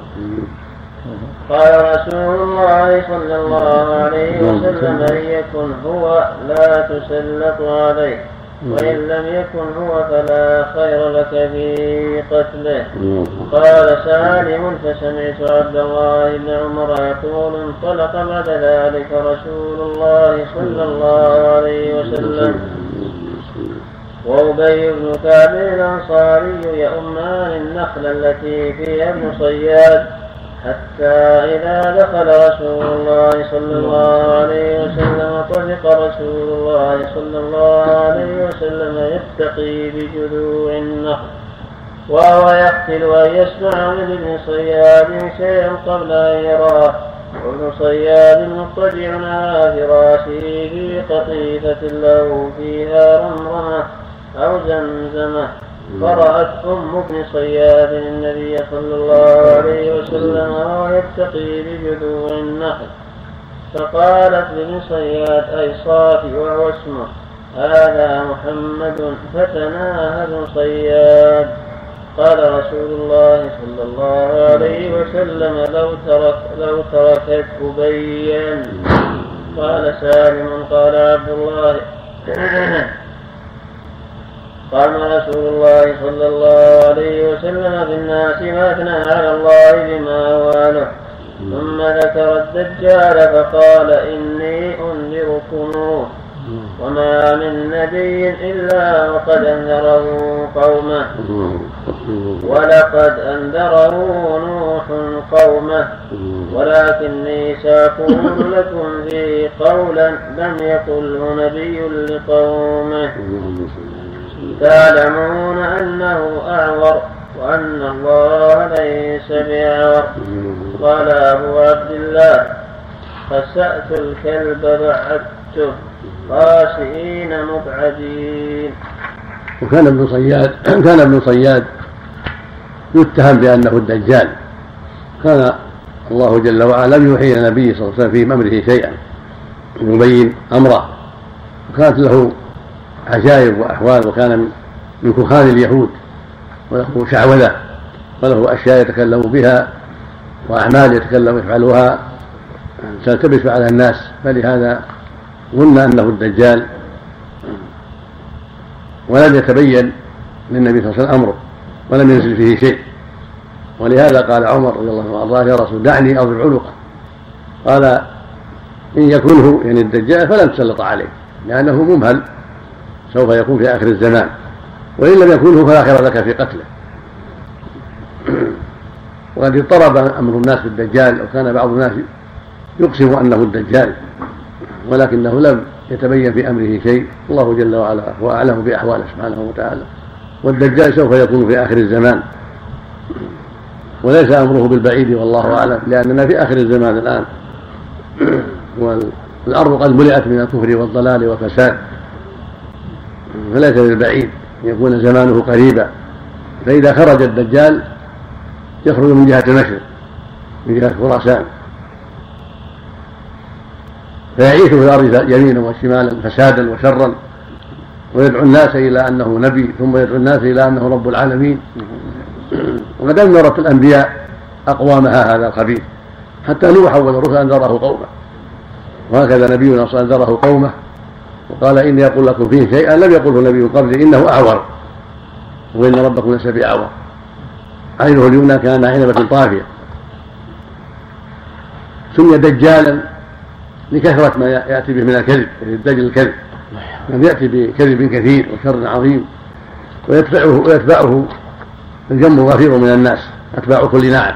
قال رسول الله صلى الله عليه وسلم إن يكن هو لا تسلط عليه وإن لم يكن هو فلا خير لك في قتله. قال سالم فسمعت عبد الله بن عمر يقول انطلق بعد ذلك رسول الله صلى الله عليه وسلم وأبي بن كعب الأنصاري يؤمان النخل التي فيها ابن صياد حتى إذا دخل رسول الله صلى الله عليه وسلم طفق رسول الله صلى الله عليه وسلم يتقي بجذوع النخل وهو يقتل أن يسمع من ابن صياد شيئا قبل أن يراه وابن صياد مضطجع على فراشه في قطيفة له فيها رمرمة أو زمزمة. فرأت أم ابن صياد النبي صلى الله عليه وسلم وهو يتقي بجذوع النخل فقالت لابن صياد أي صافي وهو اسمه هذا محمد. فتناهى ابن صياد. قال رسول الله صلى الله عليه وسلم لو تركته بين. قال سالم قال عبد الله قام رسول الله صلى الله عليه وسلم في الناس واثنى على الله بما واله ثم ذكر الدجال فقال إني أنذركم وما من نبي إلا وقد أنذره قومه ولقد أنذره نوح قومه ولكني سأقول لكم فيه قولا لم يقله نبي لقومه تعلمون أنه أعور وأن الله ليس بأعور. قال أبو عبد الله خسأت الكلب بعدته خاسئين مبعدين. وكان ابن صياد يتهم بأنه الدجال. كان الله جل وعلا لم يوحي إلى النبي صلى الله عليه وسلم في أمره شيئا يبين أمره وكانت له عجائب وأحوال وكان من كهان اليهود وله شعوذة وله أشياء يتكلم بها وأعمال يفعلها تلتبس على الناس، فلهذا قلنا أنه الدجال، ولم يتبين للنبي صلى الله عليه وسلم أمره ولم ينزل فيه شيء، ولهذا قال عمر رضي الله عنه: يا رسول دعني أضرب عنقه. قال: إن يكونه يعني الدجال فلن تسلط عليه، لأنه ممهل سوف يكون في آخر الزمان، وإن لم يكونه فلا خير لك في قتله. وقد اضطرب أمر الناس بالدجال، وكان بعض الناس يقسم أنه الدجال، ولكنه لم يتبين في أمره شيء. الله جل وعلا هو أعلم بأحواله سبحانه وتعالى، والدجال سوف يكون في آخر الزمان، وليس أمره بالبعيد والله أعلم، لأننا في آخر الزمان الآن، والأرض قد ملئت من الكفر والضلال والفساد، فليس بالبعيد يكون زمانه قريبا. فإذا خرج الدجال يخرج من جهة المشرق، من جهة خراسان، فيعيش في الأرض يمينا وشمالا فسادا وشرا، ويدعو الناس إلى أنه نبي، ثم يدعو الناس إلى أنه رب العالمين. وقد أنذرت الأنبياء أقوامها هذا الخبيث، حتى نوح أول الرسل أنذره قومه، وهكذا نبينا صلى الله عليه وسلم أنذره قومه وقال: إني أقول لكم فيه شيئا لم يقله نبي قبلي إنه أعور، وإن ربكم ليس بأعور، عينه اليمنى كان عنبة طافية. سمي دجالا لكثرة ما يأتي به من الكذب، يعني الدجل الكذب، من يأتي بكذب كثير وشر عظيم، ويتبعه الجم الغفير من الناس، أتباع كل ناعم.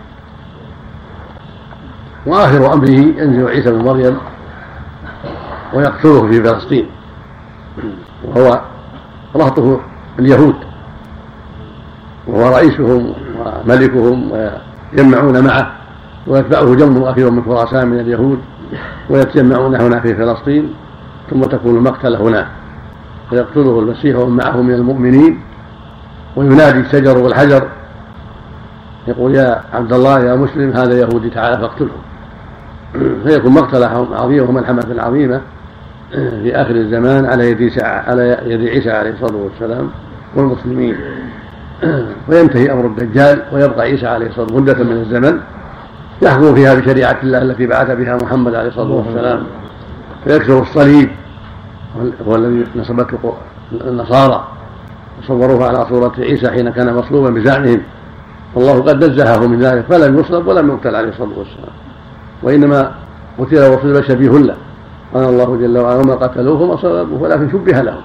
وآخر أمره ينزل عيسى بن مريم ويقتله في فلسطين، وهو رهطه اليهود، وهو رئيسهم وملكهم، ويجمعون معه، ويتبعه جم غفير من خراسان من اليهود، ويتجمعون هنا في فلسطين، ثم تكون المقتلة هناك، فيقتله المسيح ومن معه من المؤمنين، وينادي الشجر والحجر يقول: يا عبد الله يا مسلم هذا يهودي تعالى فاقتله. فيكون مقتلة عظيمة وملحمة عظيمة في آخر الزمان على يد عيسى عليه الصلاة والسلام والمسلمين، وينتهي أمر الدجال، ويبقى عيسى عليه الصلاة والسلام مدة من الزمن يحكم فيها بشريعة الله التي بعث بها محمد عليه الصلاة والسلام، فيكسر الصليب، هو الذي نصبته النصارى وصوروه على صورة عيسى حين كان مصلوبا بزعمهم، والله قد نزهه من ذلك، فلم يصلب ولم يقتل عليه الصلاة والسلام، وإنما قتل وصلب شبيه له، قال الله جل وعلا: وما قتلوه وما صلبوه ولكن شبه لهم.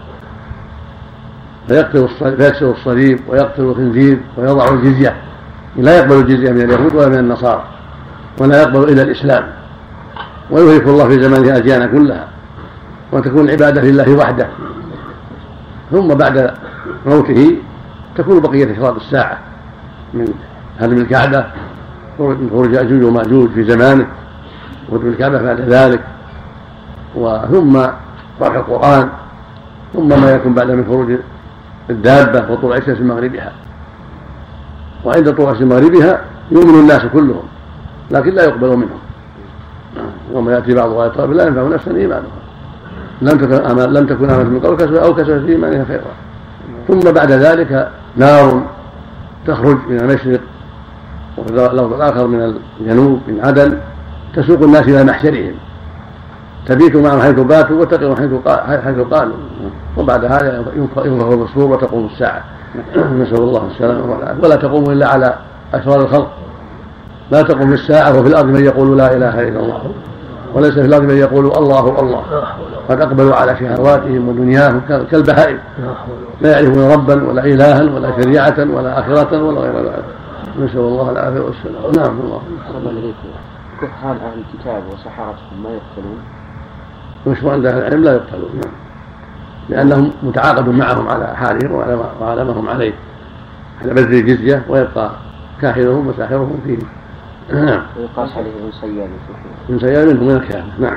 فيكسر الصليب ويقتل الخنزير ويضع الجزية، لا يقبل الجزية من اليهود ولا من النصارى، ولا يقبل إلا الإسلام، ويهلك الله في زمانه أديان كلها، وتكون العبادة لله وحده. ثم بعد موته تكون بقية أشراط الساعة من هدم الكعبة، من خروج يأجوج ومأجوج في زمانه، وهدم الكعبة بعد ذلك، وثم رفع القرآن، ثم ما يكون بعد من خروج الدابة وطلوع الشمس من مغربها. وعند طلوع الشمس من مغربها يؤمن الناس كلهم، لكن لا يقبل منهم، وما يأتي بعض آيات ربه لا ينفع نفسا إيمانها لم تكن آمنت من قبل أو كسبت في إيمانها خيرا. ثم بعد ذلك نار تخرج من المشرق، وفي اللفظ الآخر من الجنوب من عدن، تسوق الناس إلى محشرهم، تبيت معهم حيث باتوا وتقر حيث قالوا، وبعد هذا ينفخ الصور وتقوم الساعة. نسأل الله السلامة والعافية. ولا تقوم إلا على أشرار الخلق، لا تقوم الساعة وفي الأرض من يقول لا إله إلا الله، وليس في الأرض من يقول الله الله، قد أقبلوا على شهواتهم ودنياهم كالبهائم، لا يعرفون ربا ولا إلها ولا شريعة ولا آخرة ولا غير ذلك. نسأل الله العافية والسلام. نعم. الله كفار أهل الكتاب وسحرتهم ما يقتلون؟ مش عند أهل العلم لا يقتلون، لأنهم متعاقد معهم على حالهم وعلى ما هم عليه، على بذل الجزية، ويبقى كاهنهم وساحرهم فيه. نعم. ويقاس عليه من سيال منهم من الكهنة. نعم.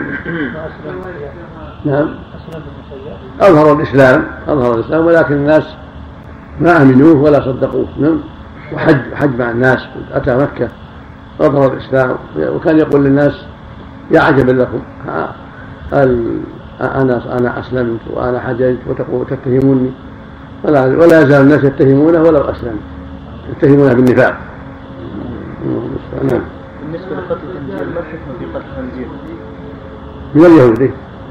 نعم. أظهر الإسلام ولكن الناس ما أمنوه ولا صدقوه. نعم. وحج مع الناس، أتى مكة أظهر الإسلام، وكان يقول للناس: يا عجبا لكم، أنا أسلمت وأنا حججت وتتهموني ولا يزال الناس يتهمونه ولو أسلم، يتهمونه بالنفاق. بالنسبة لقتل الخنزير ما الحكمة في قتل الخنزير؟ من اليهود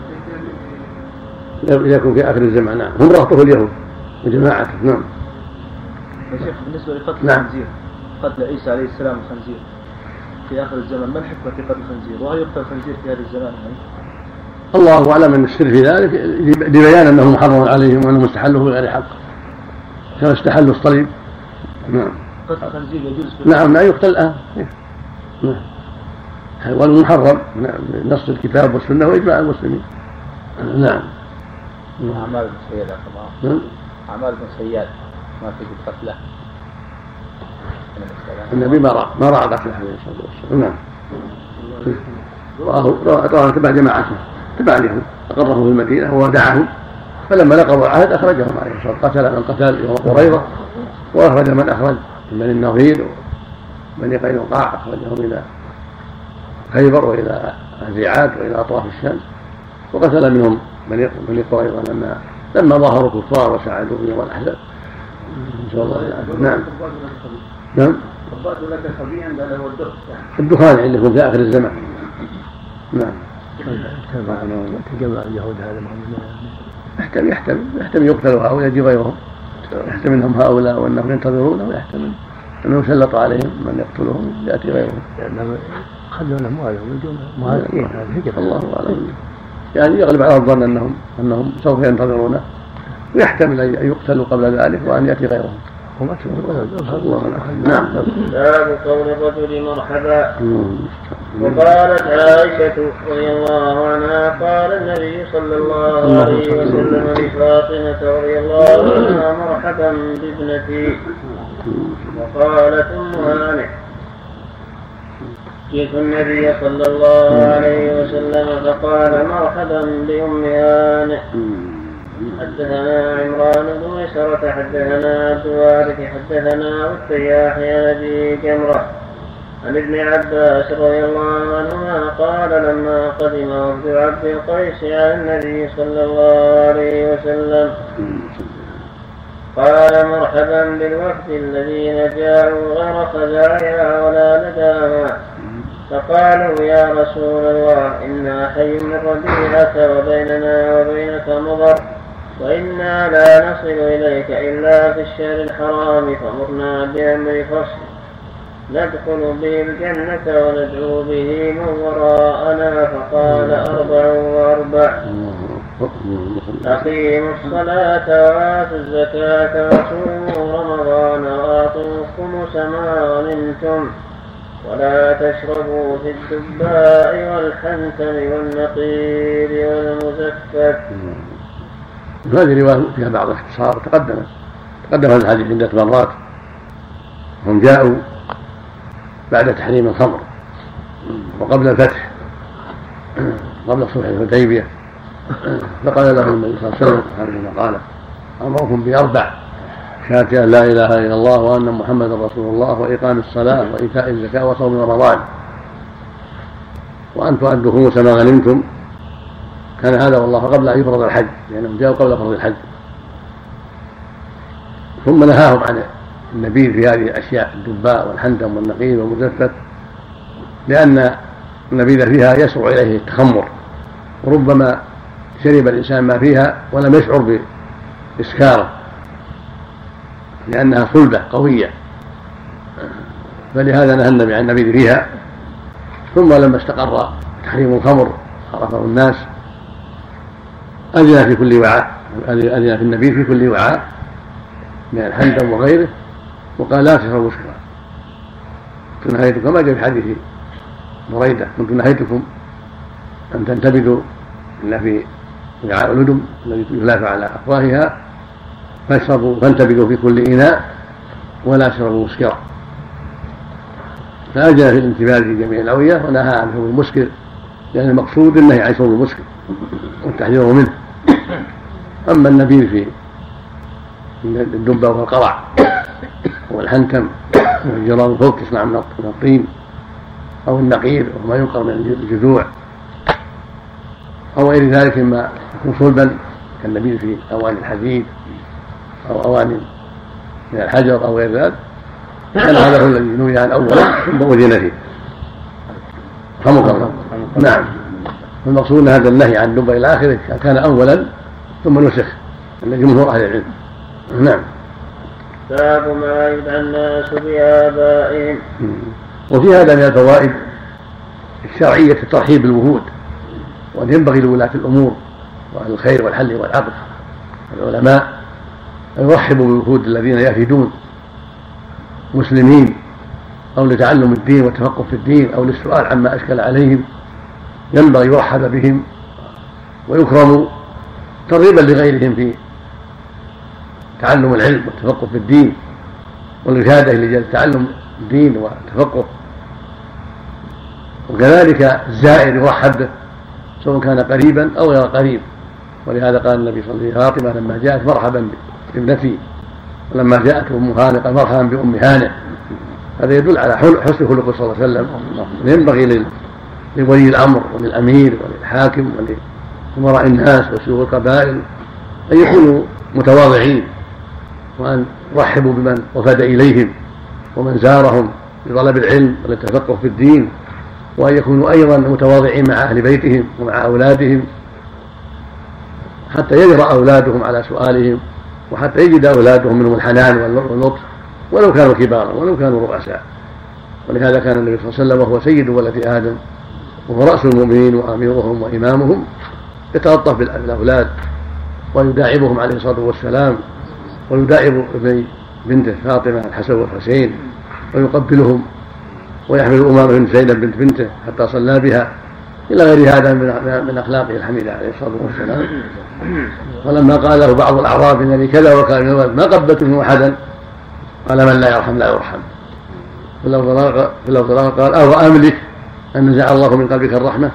يكون في آخر الزمان. نعم، هم رهطه اليهود وجماعته. نعم يا شيخ، بالنسبة لقتل الخنزير، قتل عيسى عليه السلام الخنزير في آخر الزمان، ما الحكمة في قتل الخنزير؟ وهل يقتل الخنزير في هذا الزمان؟ الله أعلم أن السر في ذلك لبيان أنه محرم عليهم وأنهم استحلوه بغير حق كما استحلوا الصليب. نعم. قتل الخنزير يجوز؟ نعم، لا يقتل الآن. نعم، والمحرم نص الكتاب والسنة وإجماع المسلمين. نعم. أعمال ابن سياد أعمال ابن سياد ما في قتله. النبي ما رأى قتله عليه الصلاة والسلام. نعم. رآه تبع جماعته، تبع اليهود، أقره في المدينة وودعهم، فلما نقضوا العهد أخرجهم عليه الصلاة والسلام. قتل من قتل يوم قريظة وأخرج من أخرج من بني النضير وبني قينقاع، أخرجهم إلى خيبر وإلى الرعاد وإلى أطراف الشام، وقتل منهم بني قريظة لما ظهروا الكفار وساعدوا في يوم الأحزاب. إن شاء الله. نعم. نعم. الدخان عندكم في آخر الزمان. نعم. تجمع اليهود هذا يحتمل يقتلوا هؤلاء يجي غيرهم، يحتمل منهم هؤلاء وأنهم ينتظرون، ويحتمل أنه يسلط عليهم من يقتلهم يأتي غيرهم. خلوا لهم مهاجرين. الله أعلم، يعني يغلب على الظن أنهم سوف ينتظرونه، ويحتمل أن يقتلوا قبل ذلك وأن يأتي غيرهم. نعم. باب قول الرجل مرحبا. وقالت عائشة رضي الله عنها قال النبي صلى الله عليه وسلم لفاطمة رضي الله عنها مرحبا بابنتي. وقالت أم هانئ جئت النبي صلى الله عليه وسلم فقال مرحبا بأم هانئ. حدثنا عمران بن ميسرة حدثنا عبد الوارث حدثنا والتياح عن أبي جمرة عن ابن عباس رضي الله عنهما قال لما قدم وفد عبد القيس على النبي صلى الله عليه وسلم قال مرحبا بالوفد الذين جاءوا غير خزايا ولا نداما. فقالوا يا رسول الله إنا حي من ربيعة وبيننا وبينك مضر وإنا لا نصل إليك إلا في الشهر الحرام فمرنا بأمر فصل ندخل به الجنة وندعو به من وراءنا. فقال 4 أقيموا الصلاة وآتوا الزكاة وصوموا رمضان وآتوا الخمس ما غنمتم ولا تشربوا في الدباء والحنتم والنقير والمزفت. هذه رواية فيها بعض الاختصار تقدم هذا الحديث عدة مرات. هم جاءوا بعد تحريم الخمر وقبل الفتح قبل صلح الحديبية، فقال لهم النبي صلى الله عليه وسلم هذه قال أمركم ب4 شهادة لا إله إلا الله وأن محمد رسول الله وإقام الصلاة وإيتاء الزكاة وصوم رمضان وأن تؤدوا خمس ما غنمتم. كان هذا والله قبل أن يفرض الحج، لأنهم جاءوا قبل فرض الحج. ثم نهاهم عن النبيذ في هذه الأشياء الدباء والحنتم والنقير والمزفت، لأن النبيذ فيها يسرع إليه التخمر، وربما شرب الإنسان ما فيها ولم يشعر بإسكاره لأنها صلبة قوية، فلهذا نهى النبي عن النبيذ فيها. ثم لما استقر تحريم الخمر عرفه الناس أذن في كل وعاء، أذن في النبيذ في كل وعاء من الحنتم وغيره، وقال لا تشربوا مسكرا. كنت نهيتكم كما جاء في حديث بريدة كنت نهيتكم أن تنتبذوا إلا في وعاء الأدم الذي يلاف على أفواهها فانتبذوا في كل إناء ولا تشربوا مسكرا. فأذن في الانتباذ في جميع الأوعية ونهى عن شرب المسكر، لأن المقصود النهي عن شرب المسكر والتحذير منه. أما النبيذ في الدبة والقرع والحنتم والجرار الفوق يصنع من الطين أو النقير وما ينقر من الجذوع أو غير ذلك مما يكون صلبا كالنبيذ في أواني الحديد أو أواني من الحجر أو غير ذلك كان هذا هو الذي نهي عن أولا ثم أذن فيه. رحمك الله. نعم. المقصود أن هذا النهي عن الدب إلى آخره كان أولا ثم نسخ عند جمهور أهل العلم. نعم. باب ما يدعى الناس بآبائهم. وفي هذا من الفوائد الشرعية الترحيب بالوفود، وأن ينبغي لولاة الأمور وأهل الخير والحل والعقد العلماء أن يرحبوا بالوفود الذين يفدون مسلمين أو لتعلم الدين والتفقه في الدين أو للسؤال عما أشكل عليهم. ينبغي يرحب بهم ويكرموا ترغيبا لغيرهم في تعلم العلم والتفقه في الدين والإفادة لجل تعلم الدين والتفقه. وكذلك الزائر يرحب به سواء كان قريبا أو غير قريب، ولهذا قال النبي صلى الله عليه وسلم فاطمة لما جاءت مرحبا بابنتي، ولما جاءت أم هانئ قال مرحبا بأم هانئ. هذا يدل على حسن خلقه صلى الله عليه وسلم. ينبغي لولي الأمر وللأمير وللحاكم ولأمراء الناس وشيوخ القبائل أن يكونوا متواضعين، وأن يرحبوا بمن وفد إليهم ومن زارهم لطلب العلم وللتفقه في الدين، وأن يكونوا أيضا متواضعين مع أهل بيتهم ومع أولادهم حتى يجرأ أولادهم على سؤالهم، وحتى يجد أولادهم منهم الحنان واللطف ولو كانوا كبارا ولو كانوا رؤساء. ولهذا كان النبي صلى الله عليه وسلم وهو سيد ولد آدم وهو رأس المؤمنين وأميرهم وإمامهم يتلطف بالأولاد ويداعبهم عليه الصلاة والسلام، ويداعب ابني بنته فاطمة الحسن والحسين ويقبلهم، ويحمل أمامة بنت زينب بنت بنته حتى صلى بها، إلى غير هذا من أخلاقه الحميدة عليه الصلاة والسلام. ولما قال له بعض الأعراب إنني كذا وكان من الولد ما قبلت منه أحدا قال من لا يرحم لا يرحم. في الأوطراق قال أملك أن نزع الله من قلبك الرحمة.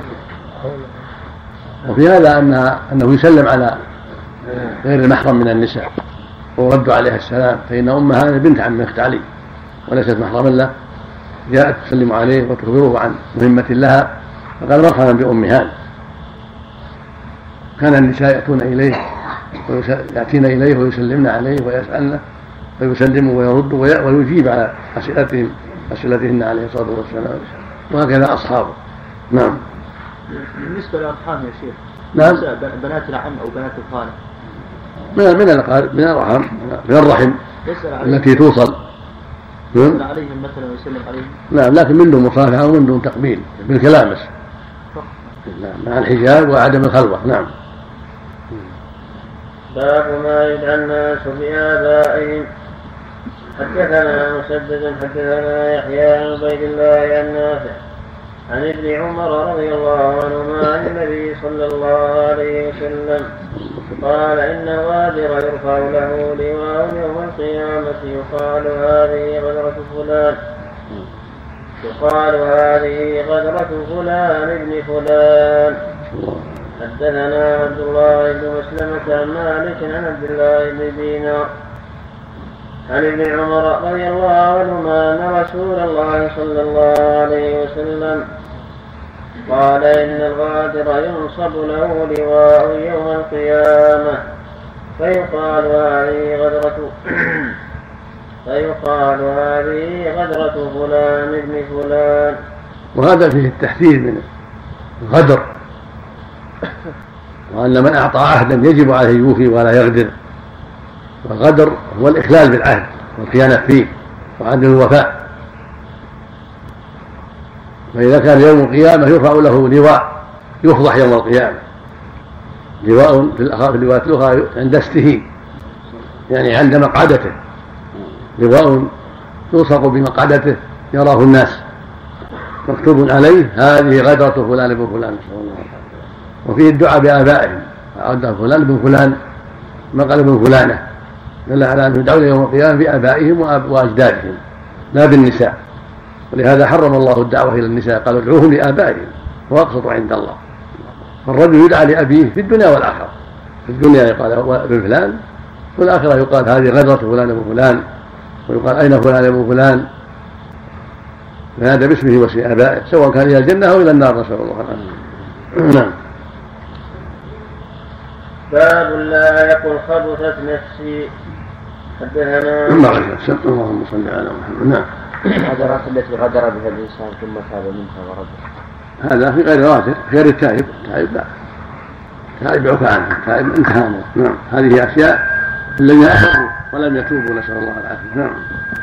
وفي هذا أنه يسلم على غير المحرم من النساء ورد عليها السلام، فإن أمها بنت عم أخت علي وليست محرما له، جاءت تسلم عليه وتخبره عن مهمة لها فقال مرحبا بأم هان. كان النساء يأتين إليه ويسلمن عليه ويسألنه فيسلم ويرد ويجيب على أسئلتهن عليه الصلاة والسلام، وهكذا أصحابه. نعم. بالنسبة للأرحام يا شيخ، نعم، بنات العم أو بنات الخالة من الأقارب من الرحم من الرحم التي توصل يسأل عليهم مثلا ويسلم عليهم. نعم، لكن من دون مصافحة ومن دون تقبيل بالكلام بس، مع الحجاب وعدم الخلوة. نعم. باب ما يدعى الناس بآبائهم. حدثنا مسدد حدثنا يحيى عن عبيد الله عن نافع عن ابن عمر رضي الله عنهما عن النبي صلى الله عليه وسلم قال إن غادر يرفع له لواء يوم القيامة يقال هذه غدرة فلان ابن فلان. حدثنا عبد الله بن مسلمة عن مالك عن عبد الله بن دينار عن ابن عمر رضي الله عنهما أن رسول الله صلى الله عليه وسلم قال إن الغادر ينصب له لواء يوم القيامة فيقال هذه غدرة فلان ابن فلان. وهذا فيه التحذير من الغدر، وأن من أعطى عهدا يجب عليه يوفي ولا يغدر. والغدر هو الإخلال بالعهد والخيانة فيه وعدم الوفاء. فإذا كان يوم القيامة يرفع له لواء يفضح يوم القيامة، لواء في اللواءات الأخرى عند استه يعني عند مقعدته، لواء يلصق بمقعدته يراه الناس مكتوب عليه هذه غدرة فلان بن فلان. وفيه الدعاء بآبائهم، غدرة فلان بن فلان مقال بن فلانة، دل على أنهم يدعون يوم القيامة بآبائهم وأجدادهم لا بالنساء. ولهذا حرم الله الدعوة إلى النساء، قال ادعوهم لآبائهم وأقسط عند الله. فالرجل يدعى لأبيه في الدنيا والآخرة، في الدنيا يقال ابن فلان، وفي الآخرة يقال هذه غدرة فلان بن فلان، ويقال أين فلان بن فلان، فهذا باسمه واسم آبائه سواء كان إلى الجنة أو إلى النار، نسأل الله العافية. نعم. باب لا يقل خبثت نفسي. حدثنا اللهم صل على محمد. نعم. الغدرات التي غدر بها الإنسان ثم تاب منها ورد، هذا في غير غادر، غير التائب. لا، تائب يعفى عنه، تائب انتهى امره. نعم. هذه أشياء الذين أسروا ولم يتوبوا، نسأل الله العافية. نعم.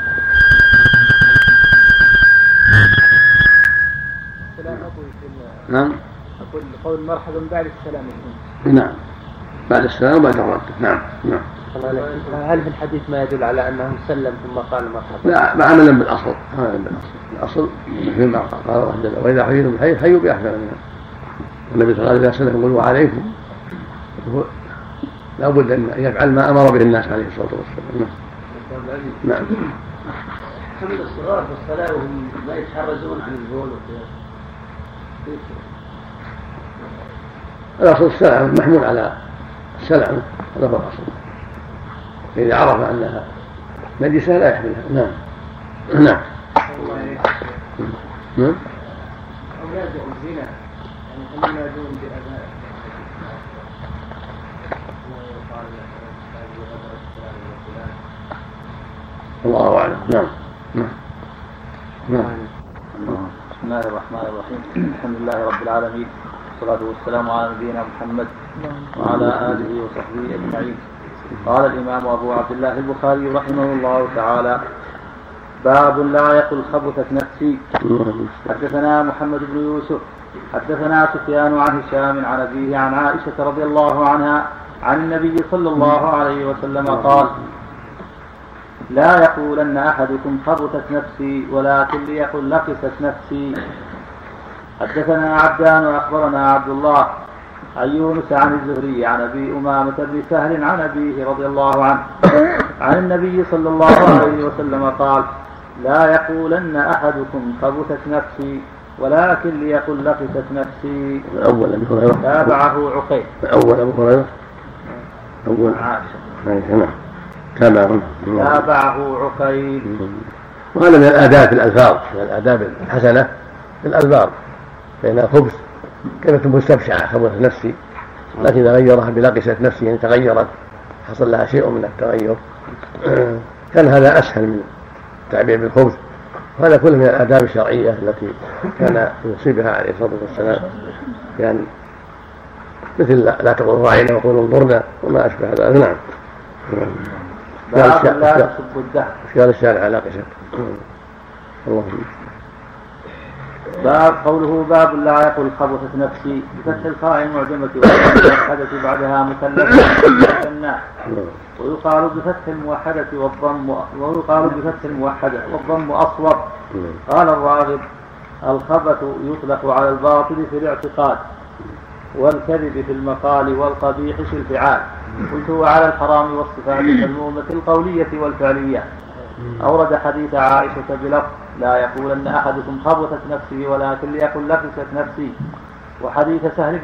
نعم. أقول قول مرحبا بعد السلام. نعم، بعد السلام وبعد الرد. نعم. نعم. هل في الحديث ما يدل على أنه سلم ثم قال مرحبا؟ لا، ما عملا بالأصل. الأصل مثل ما قال الله جل وعلا: وإذا حييتم بالحي حيوا بأحسن منها. والنبي صلى الله عليه وسلم يقول: وعليكم. لا بد أن يفعل ما أمر به الناس عليه الصلاة والسلام. نعم. حمل الصغار في الصلاة وهم لا يتحرزون عن البول والقيام. الأصل السلام محمول على السلام، هذا هو الأصل. فإذا عرف أنها نجسة لا يحملها. نعم. نعم. نعم. أولاد الزنا يعني هل ينادون بأبناء؟ الله أعلم. نعم. نعم. نعم. بسم الله الرحمن الرحيم. الحمد لله رب العالمين، والصلاة والسلام على نبينا محمد وعلى آله وصحبه أجمعين. قال الإمام أبو عبد الله البخاري رحمه الله تعالى: باب لا يقل خبثت نفسي. حدثنا محمد بن يوسف حدثنا سفيان عن هشام عن أبيه عن عائشة رضي الله عنها عن النبي صلى الله عليه وسلم قال: لا يقولن أحدكم خبثت نفسي ولكن ليقل لقست نفسي. حدثنا عبدان وأخبرنا عبد الله عن يونس عن الزهري عن أبي أمامة بن سهل عن أبيه رضي الله عنه عن النبي صلى الله عليه وسلم قال: لا يقولن أحدكم خبثت نفسي ولكن ليقل لقست نفسي. تابعه عقيل. أول أبو هريرة أول عائشة. تابعه عقيل. وهذا من الآداب في الألفاظ، من الآداب الحسنة في الألفاظ، فإن الخبث كلمة مستبشعة، خبثت نفسي، لكن إذا غيرها بلقست نفسي يعني تغيرت، حصل لها شيء من التغير، كان هذا أسهل من التعبير بالخبث. وهذا كله من الآداب الشرعية التي كان يصيبها عليه الصلاة والسلام، يعني مثل لا تقول راعينا وقولوا انظرنا وما أشبه هذا. نعم. باب لا تسب الدهر. اشكال الشارع على قشة. اللهم. باب قوله باب لا يقل خبثت نفسي بفتح الخاء المعجمة والموحدة بعدها مثلث، ويقال بفتح الموحدة والضم أصوب. قال الراغب: الخبث يطلق على الباطل في الاعتقاد والكذب في المقال والقبيح في الفعال. قلت هو على الحرام والصفات المذمومة القولية والفعلية. أورد حديث عائشة بلفظ: لا يقولن أحدكم خبثت نفسي ولكن ليقل لقست نفسي، وحديث سهل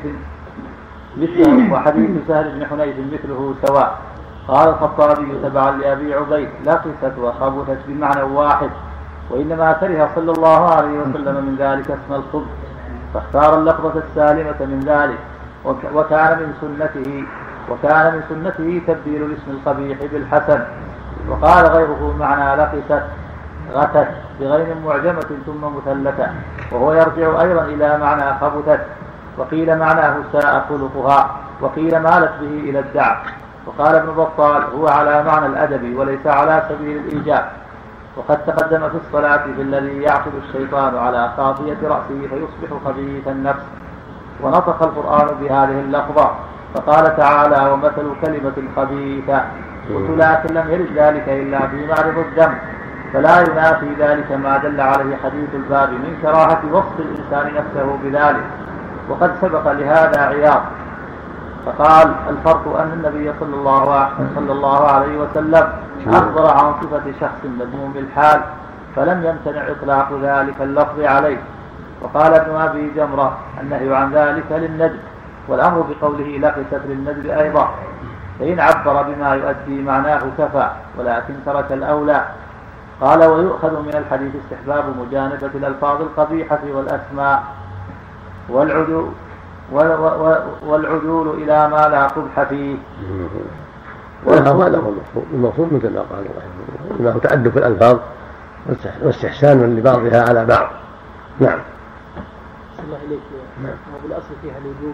بن حنيف مثله سواء. قال الخطابي تبعا لأبي عبيد: لقست وخبثت بمعنى واحد، وإنما كره صلى الله عليه وسلم من ذلك اسم الخبث، فاختار اللفظة السالمة من ذلك، وكان من سنته تبديل الاسم القبيح بالحسن. وقال غيره معنى لقست غتت بغين معجمة ثم مثلثة، وهو يرجع أيضا إلى معنى خبثت، وقيل معناه ساء خلقها، وقيل مالت به إلى الدعم. وقال ابن بطال: هو على معنى الأدب وليس على سبيل الإيجاب. وقد تقدم في الصلاة في الذي يعقد الشيطان على خاطية رأسه فيصبح خبيث النفس. ونطق القرآن بهذه اللفظة فقال تعالى: ومثل كلمة خبيثة. قلت لكن لم يرد ذلك إلا في معرض الذم، فلا ينافي ذلك ما دل عليه حديث الباب من كراهة وصف الإنسان نفسه بذلك، وقد سبق لهذا عياض. فقال: الفرق أن النبي صلى الله عليه وسلم أخبر عن صفة شخص مذموم بالحال، فلم يمتنع إطلاق ذلك اللفظ عليه. وقال ابن أبي جمرة: النهي عن ذلك للندب، والأمر بقوله لقست للندب أيضا، فإن عبر بما يؤدي معناه كفى، ولكن ترك الأولى. قال: ويؤخذ من الحديث استحباب مجانبة الألفاظ القبيحة والأسماء والعدول إلى ما لا قبح فيه. هذا هو المقصود مثل ما قال رحمه الله، تعدد في الألفاظ واستحسان لبعضها على بعض. نعم. الله إليك. والأصل فيها الوجوب.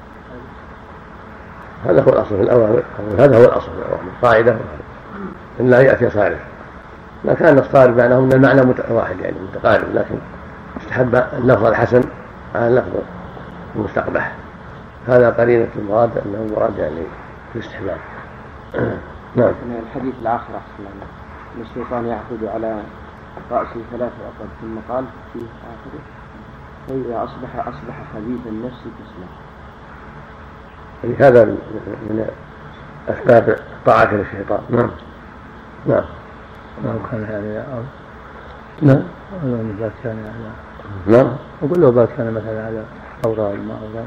هذا هو الأصل في الأوامر، هذا هو الأصل في الأوامر، قاعدة إن لا يأتي صارف. ما كان الصارف معناه أن المعنى واحد يعني متقارب، لكن استحب اللفظ الحسن على اللفظ المستقبح. هذا قرينة المراد أنه مراد يعني في الاستحباب. نعم. الحديث الآخر أحسن الله، الشيطان يعقد على رأسه 3 عقد، ثم قال في آخره فإذا أصبح خبيث النفس تسلم. يعني هذا من أسباب طاعة للشيطان. نعم. نعم. كان يعني نعم. كان يعني نعم. أقول له بات كان مثلا على أوراد ما أوراد.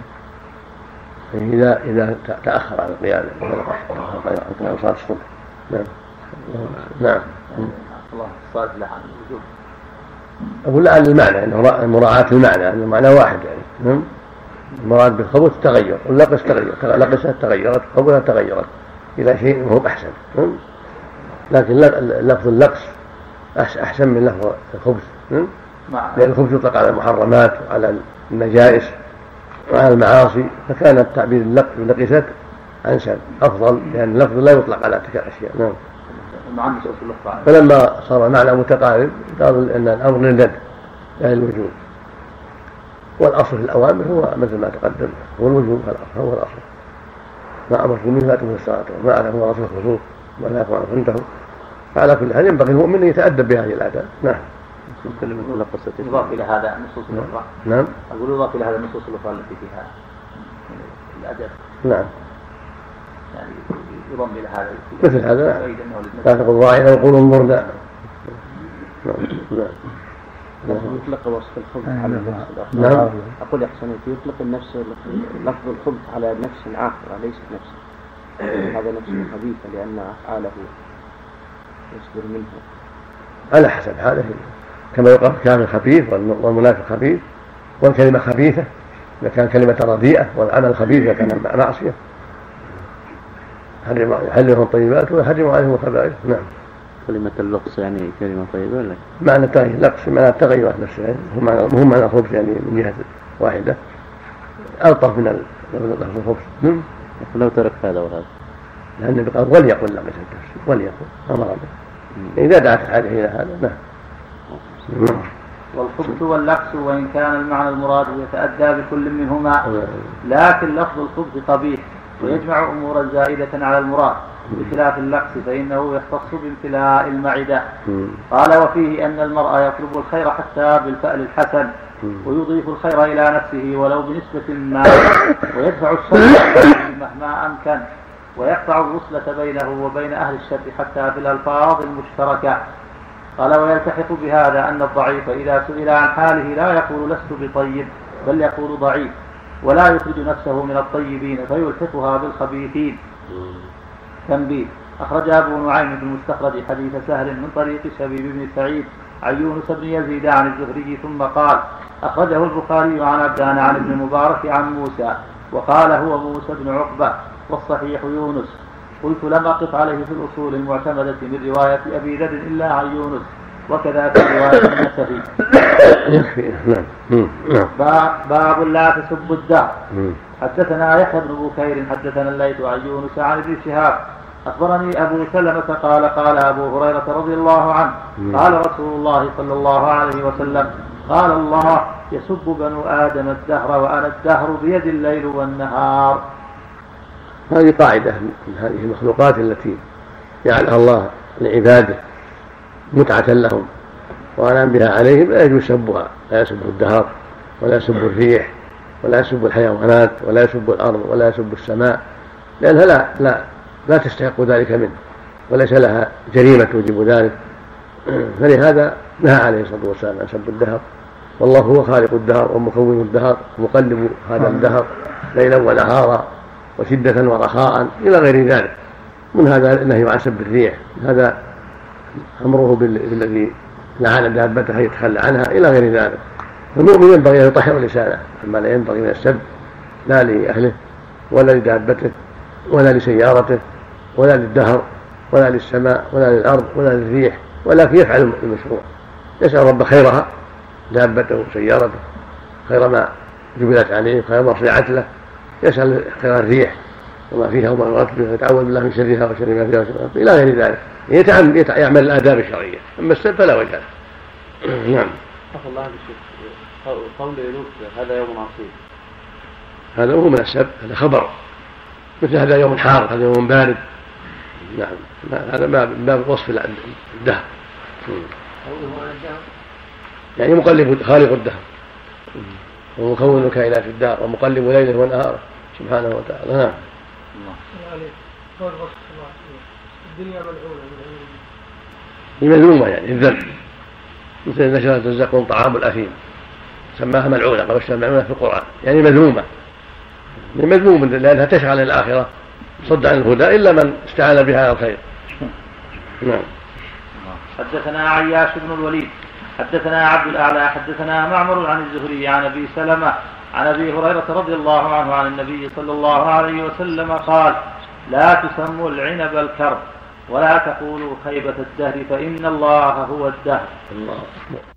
إذا تأخر عن القيام عن صلاة الصبح. نعم. نعم. الله الصلاة له عن الوجوب. أقول لا عن المعنى، إنه مراعاة المعنى، أنه معنى واحد يعني. المراد بالخبث التغير، واللقص تغير، لقصت تغيرت، خبثت تغيرت إلى شيء وهو أحسن. لكن لفظ اللقص أحسن من لفظ الخبث، لأن الخبث يطلق على المحرمات وعلى النجائز وعلى المعاصي، فكان التعبير لقصت أنسب أفضل، لأن اللفظ لا يطلق على تلك الأشياء. نعم. فلما صار معنى متقارب قالوا أن الأمر للند يعني الوجوب، والأصل في الأوامر هو مثل ما تقدم، هو الوجوب، هو الأصل. ما أمركم به فأتوا الصلاة وما عليكم رسول الخصوص ولا يكون عنده. فعلى كل حال ينبغي المؤمن أن يتأدب بهذه الآداب. نعم. يضاف إلى هذا النصوص الأخرى. نعم. أقول يضاف إلى هذا النصوص الأخرى التي فيها الأدب. نعم. يعني يضم إلى هذا. مثل هذا. لا تقول راعنا وقولوا انظرنا. نعم. يطلق وصف الخبث على نفس الآخر. نعم. أقول يا حسن يطلق النفس لفظ الخبث على نفس آخر ليس نفسه، هذا نفس خبيثة لأن أفعاله يصدر منه على حسب حاله، كما يقال كان خبيث والمنافق خبيث والكلمة خبيثة إذا كان كلمة رديئة، والعمل خبيث إذا كان معصية. يحللهم الطيبات ويحرم عليهم الخبائث. نعم. كلمة اللقص يعني كلمة طيبة ولا؟ معنى التغيير، لقص معنى التغيرات نفسها، هم معنى الخبث يعني من جهة واحدة ألطف من الخبث. لو ترك هذا وهذا، لأن النبي قال وليقل لقص التفسير، وليقل أمر به إذا دعت الحاجة إلى هذا. نعم. والخبث واللقص وإن كان المعنى المراد يتأدى بكل منهما، لكن لفظ الخبث قبيح ويجمع أمورا زائدة على المراد، بخلاف اللقص فإنه يختص بامتلاء المعدة. قال وفيه أن المرء يطلب الخير حتى بالفعل الحسن، ويضيف الخير إلى نفسه ولو بنسبة ما، ويدفع الشر مهما أمكن، ويقطع الوصلة بينه وبين أهل الشر حتى في الألفاظ المشتركة. قال ويلتحق بهذا أن الضعيف إذا سئل عن حاله لا يقول لست بطيب، بل يقول ضعيف، ولا يخرج نفسه من الطيبين فيلحقها بالخبيثين. تنبيه: أخرج أبو نعيم في المستخرج حديث سهل من طريق شبيب بن سعيد عن يونس بن يزيد عن الزهري ثم قال أخرجه البخاري عن عبدان عن ابن مبارك عن موسى وقال هو موسى بن عقبة، والصحيح يونس. قلت لم أقف عليه في الأصول المعتمدة من رواية أبي ذر إلا عن يونس، وكذا في رواية النسفي. باب لا تسب الدهر. حدثنا يحيى بن بكير حدثنا الليث عن يونس عن ابن شهاب أخبرني أبو سلمة قال قال أبو هريرة رضي الله عنه قال رسول الله صلى الله عليه وسلم قال الله يسب بنو آدم الدهر وأنا الدهر بيد الليل والنهار. هذه قاعدة من هذه المخلوقات التي جعلها الله لعباده متعة لهم وأنعم بها عليهم، لا يجوز سبها، لا يسب الدهر ولا يسب الريح ولا يسب الحيوانات ولا يسب الأرض ولا يسب السماء، لأنها لا تستحق ذلك منه وليس لها جريمة توجب ذلك. فلهذا نهى عليه الصلاة والسلام عن سب الدهر، والله هو خالق الدهر ومكون الدهر ومقلب هذا الدهر ليلا ونهارا وشدة ورخاء إلى غير ذلك. من هذا النهي عن سب الريح، هذا أمره بالذي لعن دابته يتخلى عنها إلى غير ذلك. المؤمن ينبغي أن يطهر لسانه عما لا ينبغي من السب لا لأهله ولا لدابته ولا لسيارته ولا للدهر ولا للسماء ولا للأرض ولا للريح، ولكن يفعل المشروع، يسأل رب خيرها، دابته وسيارته، خير ما جبلت عليه، خير ما صنعت له، يسأل خير الريح وما فيها وما مرت بها، يتعوذ بالله من شرها وشر ما فيها وشر إلى غير ذلك، يعمل الآداب الشرعية. أما السب فلا وجه له. نعم. عفى الله بالشيخ، قول لوط هذا يوم عصيب، هذا هو من السب، هذا خبر، مثل هذا يوم حار، هذا يوم بارد. نعم، هذا باب وصف الدهر، يعني مقلب خالق الدهر ومكون كائنات الدهر ومقلب ليله ونهاره سبحانه وتعالى. نعم. الدنيا ملعونة هي مذمومة، يعني الذنب، مثل نشرة الزقوم طعام الأثيم سماها ملعونة، قال ملعونة في القرآن، يعني مذمومة، مذمومة لأنها تشغل الآخرة صد عن الهدى إلا من استعان بها على الخير. نعم. حدثنا عياش بن الوليد حدثنا عبد الأعلى حدثنا معمر عن الزهري عن أبي سلمة عن أبي هريرة رضي الله عنه عن النبي صلى الله عليه وسلم قال: لا تسموا العنب الكرب ولا تقولوا خيبة الدهر فإن الله هو الدهر. الله.